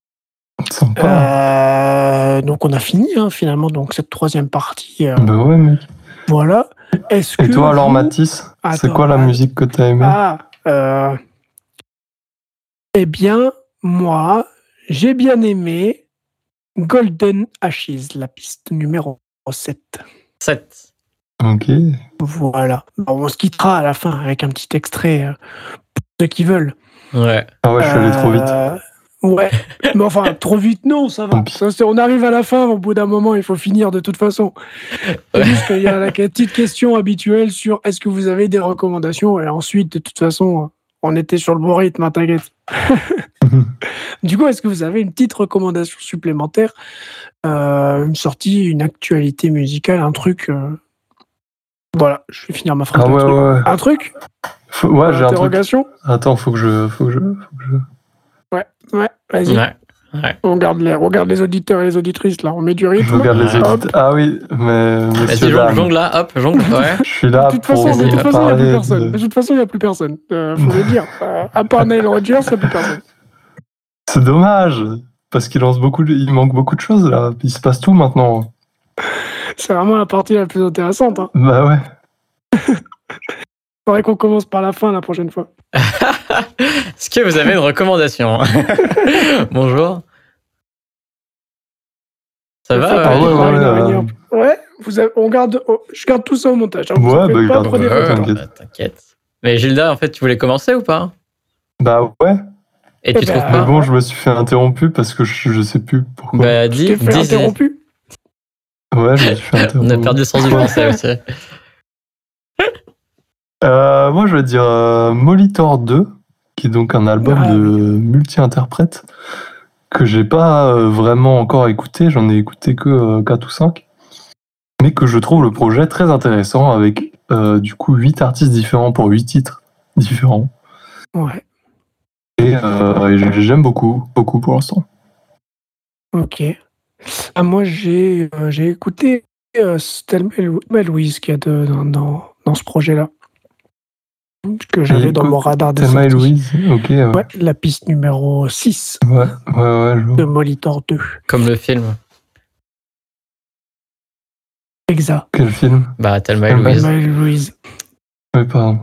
Sympa. Euh, donc on a fini hein, finalement donc cette troisième partie. euh, Bah ouais, mec. voilà. Est-ce Et que toi, alors, vous- Mathis, c'est Attends, quoi la ah, musique que t'as aimée? Ah, euh, eh bien, moi, j'ai bien aimé Golden Ashes, la piste numéro sept. sept. Ok. Voilà. Bon, on se quittera à la fin avec un petit extrait euh, pour ceux qui veulent. Ouais. Ah ouais, je suis allé trop vite. Euh, Ouais, mais enfin, trop vite, non, ça va. Tant pis. Ça, c'est- on arrive à la fin, au bout d'un moment, il faut finir de toute façon. C'est Ouais. juste qu'il y a la petite question habituelle sur est-ce que vous avez des recommandations et ensuite, de toute façon, on était sur le bon rythme, hein, t'inquiète. Du coup, est-ce que vous avez une petite recommandation supplémentaire, euh, une sortie, une actualité musicale, un truc euh, Voilà, je vais finir ma phrase. Ah ouais, là-dessus. ouais, ouais. Un truc Faut- ouais, j'ai un truc. Interrogation Attends, faut que je. Faut que je... Faut que je... Ouais, ouais, vas-y. Ouais. Ouais. On regarde les, on regarde les auditeurs et les auditrices, là. On met du Je rythme. regarde les Ouais. édits. Ah oui, mais. Vas-y, Messieurs, jongle, dames, jongle là, hop, jongle. Ouais. je suis là De toute pour façon, de Vas-y, toute euh, façon, il n'y a plus parler personne. de- De toute façon, il n'y a plus personne. Euh, faut le dire. Euh, à part Neil Rogers, il n'y a plus personne. C'est dommage, parce qu'il lance beaucoup, de- il manque beaucoup de choses là. Il se passe tout maintenant. C'est vraiment la partie la plus intéressante. Hein. Bah ouais. Faudrait qu'on commence par la fin la prochaine fois. Est-ce que vous avez une recommandation? Bonjour. Ça Le va? fait ouais, Ah qu'on ouais, parle ouais, une euh, araignée en- Ouais, vous avez- on garde, oh, je garde tout ça au montage. Hein. Vous Ouais, en faites bah, pas, garde- prenez ouais, votre temps. t'inquiète. bah, T'inquiète. Mais Gilda, en fait, tu voulais commencer ou pas? Bah ouais. Et Eh tu ben, trouves Mais pas? bon, je me suis fait interrompu parce que je, je sais plus pourquoi. Bah, Tu dis, t'es fait dis. interrompu. Ouais, je me suis fait On interrompre. a perdu le sens du français aussi. Euh, moi, je vais dire euh, Molitor deux, qui est donc un album Ah, de multi-interprètes que j'ai pas euh, vraiment encore écouté. J'en ai écouté que euh, quatre ou cinq. Mais que je trouve le projet très intéressant avec euh, du coup huit artistes différents pour huit titres différents. Ouais, Et, euh, et j'aime beaucoup, beaucoup pour l'instant. ok. Ah, moi, j'ai euh, j'ai écouté euh, Thelma et Louise qu'il y a de, dans, dans, dans ce projet-là. Que j'avais dans écoute, mon radar de Thelma et sortie. Louise, ok. Ouais, Ouais, la piste numéro six ouais, ouais, ouais, je vois. de Molitor deux. Comme le film. Exact. Quel film? Bah, Thelma et Thelma Louise. Thelma et Louise. Oui, pardon.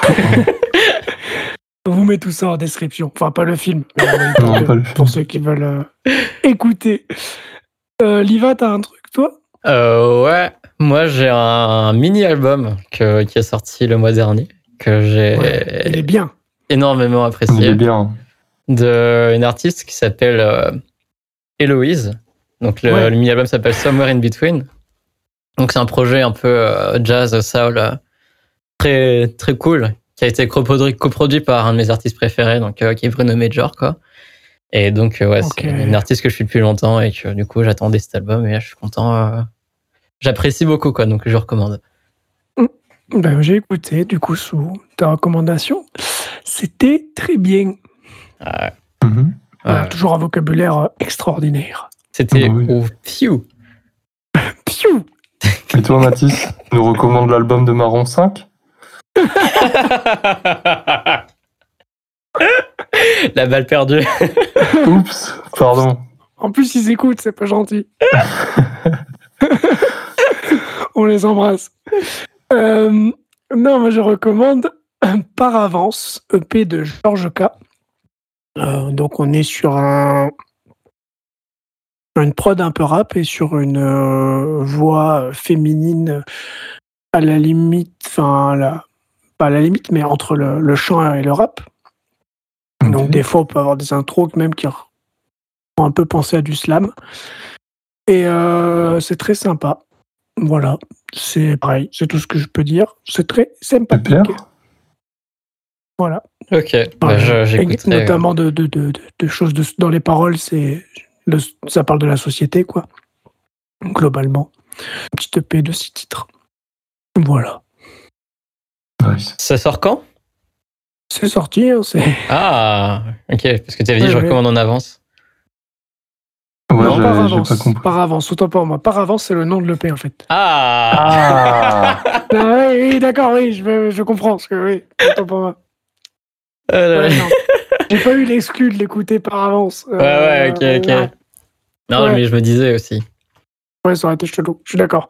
On vous met tout ça en description. Enfin, pas le film, mais Molitor Non, deux, pas le film. pour ceux qui veulent euh, écouter. Euh, Liva, t'as un truc, toi? Euh, ouais, moi j'ai un mini-album que, qui est sorti le mois dernier, que j'ai Ouais, il est bien. énormément Il apprécié, est bien. de une artiste qui s'appelle euh, Héloïse. Donc le, Ouais. le mini-album s'appelle Somewhere in Between. Donc c'est un projet un peu euh, jazz, soul, euh, très, très cool, qui a été coproduit, coproduit par un de mes artistes préférés, donc euh, qui est Bruno Major, quoi. Et donc, euh, ouais, Ok. c'est une artiste que je suis depuis longtemps et que du coup, j'attendais cet album et là, je suis content. Euh, j'apprécie beaucoup, quoi, donc je recommande. Ben, j'ai écouté, du coup, sous ta recommandation. C'était très bien. Euh, Mhm. Voilà, ouais. toujours un vocabulaire euh, extraordinaire. C'était Oui. au Piou. Piou. Et toi, Mathis, nous recommande l'album de Marron cinq? La balle perdue. Oups, pardon. En plus, ils écoutent, c'est pas gentil. On les embrasse. Euh, non, moi je recommande Par Avance, E P de Georges K. Euh, donc on est sur un une prod un peu rap et sur une euh, voix féminine à la limite, enfin la, pas à la limite, mais entre le, le chant et le rap. Donc Ok. des fois on peut avoir des intros même qui font un peu penser à du slam. Et euh, c'est très sympa. Voilà, c'est pareil, c'est tout ce que je peux dire. C'est très sympathique. Super. Voilà. Ok, bah, Ouais. je- Et j'écouterai. notamment de, de, de, de- de choses de- dans les paroles, c'est le- ça parle de la société, quoi. Globalement. Un petit E P de six titres. Voilà. Nice. Ça sort quand? C'est sorti, hein, c'est. Ah, ok, parce que tu avais dit Ouais, je ouais. recommande en avance. Ouais, non, par j'ai j'ai avance. pas compris. Par avance, autant pour moi. Par avance, c'est le nom de l'E P, en fait. Ah, Ah. Ah, oui, oui, d'accord, oui, je, je comprends. Parce que, oui, autant pour moi. Euh, Ouais, non. J'ai pas eu l'exclu de l'écouter par avance. Ouais, ouais, ok, ok. non. Non, Ouais. mais je me disais aussi. Ouais, ça aurait été chelou, je suis d'accord.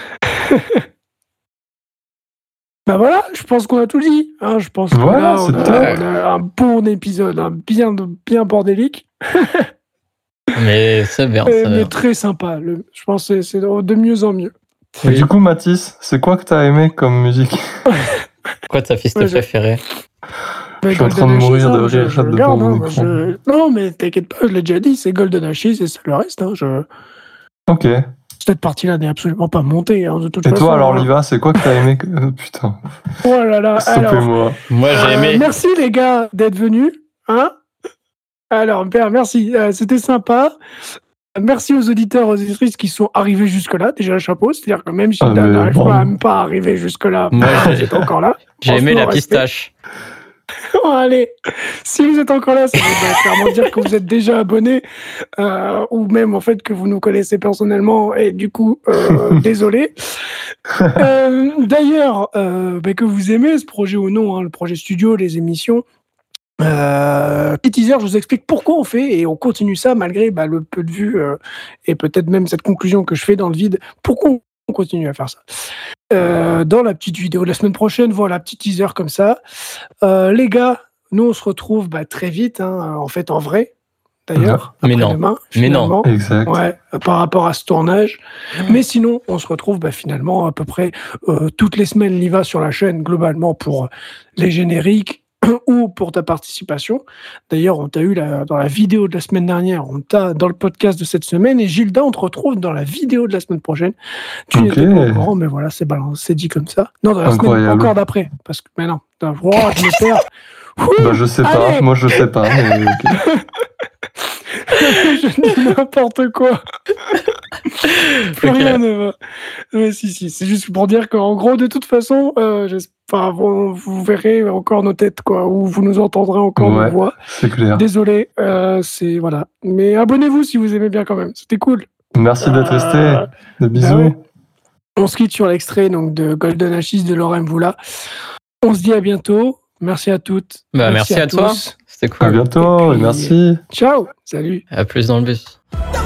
Bah voilà, je pense qu'on a tout dit. Hein, je pense que Voilà, là, on c'est a, top. on a un bon épisode, hein, bien, bien bordélique, Mais c'est bien, euh, c'est mais bien. très sympa. Le- je pense que c'est c'est de mieux en mieux. Et du coup, Mathis, c'est quoi que t'as aimé comme musique? Quoi ta piste Ouais, je- préférée? Mais Je suis en train Golden de mourir Ashes, de hein, je- rire je devant regarde, mon hein, moi, écran. je- Non, mais t'inquiète pas, je l'ai déjà dit, c'est Golden Ashes et c'est le reste. Hein, je... Ok. Et Cette partie-là n'est absolument pas montée, hein, de toute façon. toi, alors, hein. Liva, c'est quoi que t'as aimé que- euh, Putain, Oh là là, alors, stoppez-moi. Moi, j'ai Euh, aimé. merci les gars d'être venus. Hein Alors, Père, merci. Euh, c'était sympa. Merci aux auditeurs, aux auditrices qui sont arrivés jusque-là. Déjà, chapeau. C'est-à-dire que même si Ah, Dan mais n'arrive bon. pas, même pas à arriver jusque-là, Moi, vous j'ai- êtes encore là. J'ai aimé Franchement, la respect. pistache. Bon, allez, si vous êtes encore là, ça veut clairement dire que vous êtes déjà abonné, euh, ou même en fait que vous nous connaissez personnellement, et du coup, euh, désolé. Euh, D'ailleurs, euh, bah, que vous aimez ce projet ou non, hein, le projet studio, les émissions, euh, petit teaser, je vous explique pourquoi on fait et on continue ça malgré bah, le peu de vues euh, et peut-être même cette conclusion que je fais dans le vide. Pourquoi on continue à faire ça euh, dans la petite vidéo de la semaine prochaine, voilà, petit teaser comme ça. Euh, les gars, nous on se retrouve bah, très vite, hein, en fait en vrai, d'ailleurs. Mais non. après-demain, Mais non. finalement. Exact. Ouais, euh, par rapport à ce tournage. Mais sinon, on se retrouve bah, finalement à peu près euh, toutes les semaines, l'I V A sur la chaîne, globalement pour les génériques ou pour ta participation. D'ailleurs, on t'a eu la- dans la vidéo de la semaine dernière, on t'a dans le podcast de cette semaine, et Gilda, on te retrouve dans la vidéo de la semaine prochaine. Tu Ok. n'étais pas au courant, mais voilà, c'est balance, c'est dit comme ça. Non, dans la semaine Incroyable. encore d'après, parce que, mais non, oh, je me perds. Ouh, Bah, je sais pas. allez. Moi, je sais pas. Mais ok. Je dis n'importe quoi. Plus Ok. rien ne va. Mais si, si, c'est juste pour dire qu'en gros, de toute façon, euh, j'espère, vous, vous verrez encore nos têtes, quoi, ou vous nous entendrez encore Ouais. nos voix. C'est clair. Désolé, euh, c'est voilà. Mais abonnez-vous si vous aimez bien quand même. C'était cool. Merci d'être resté. Euh, Des bisous. ouais. On se quitte sur l'extrait donc de Golden Ashes de Laurent Mvoula. On se dit à bientôt. Merci à toutes. Bah, merci à toi. tous. C'était À cool. bientôt. Et puis- Merci. Ciao. Salut. À plus dans le bus. Don't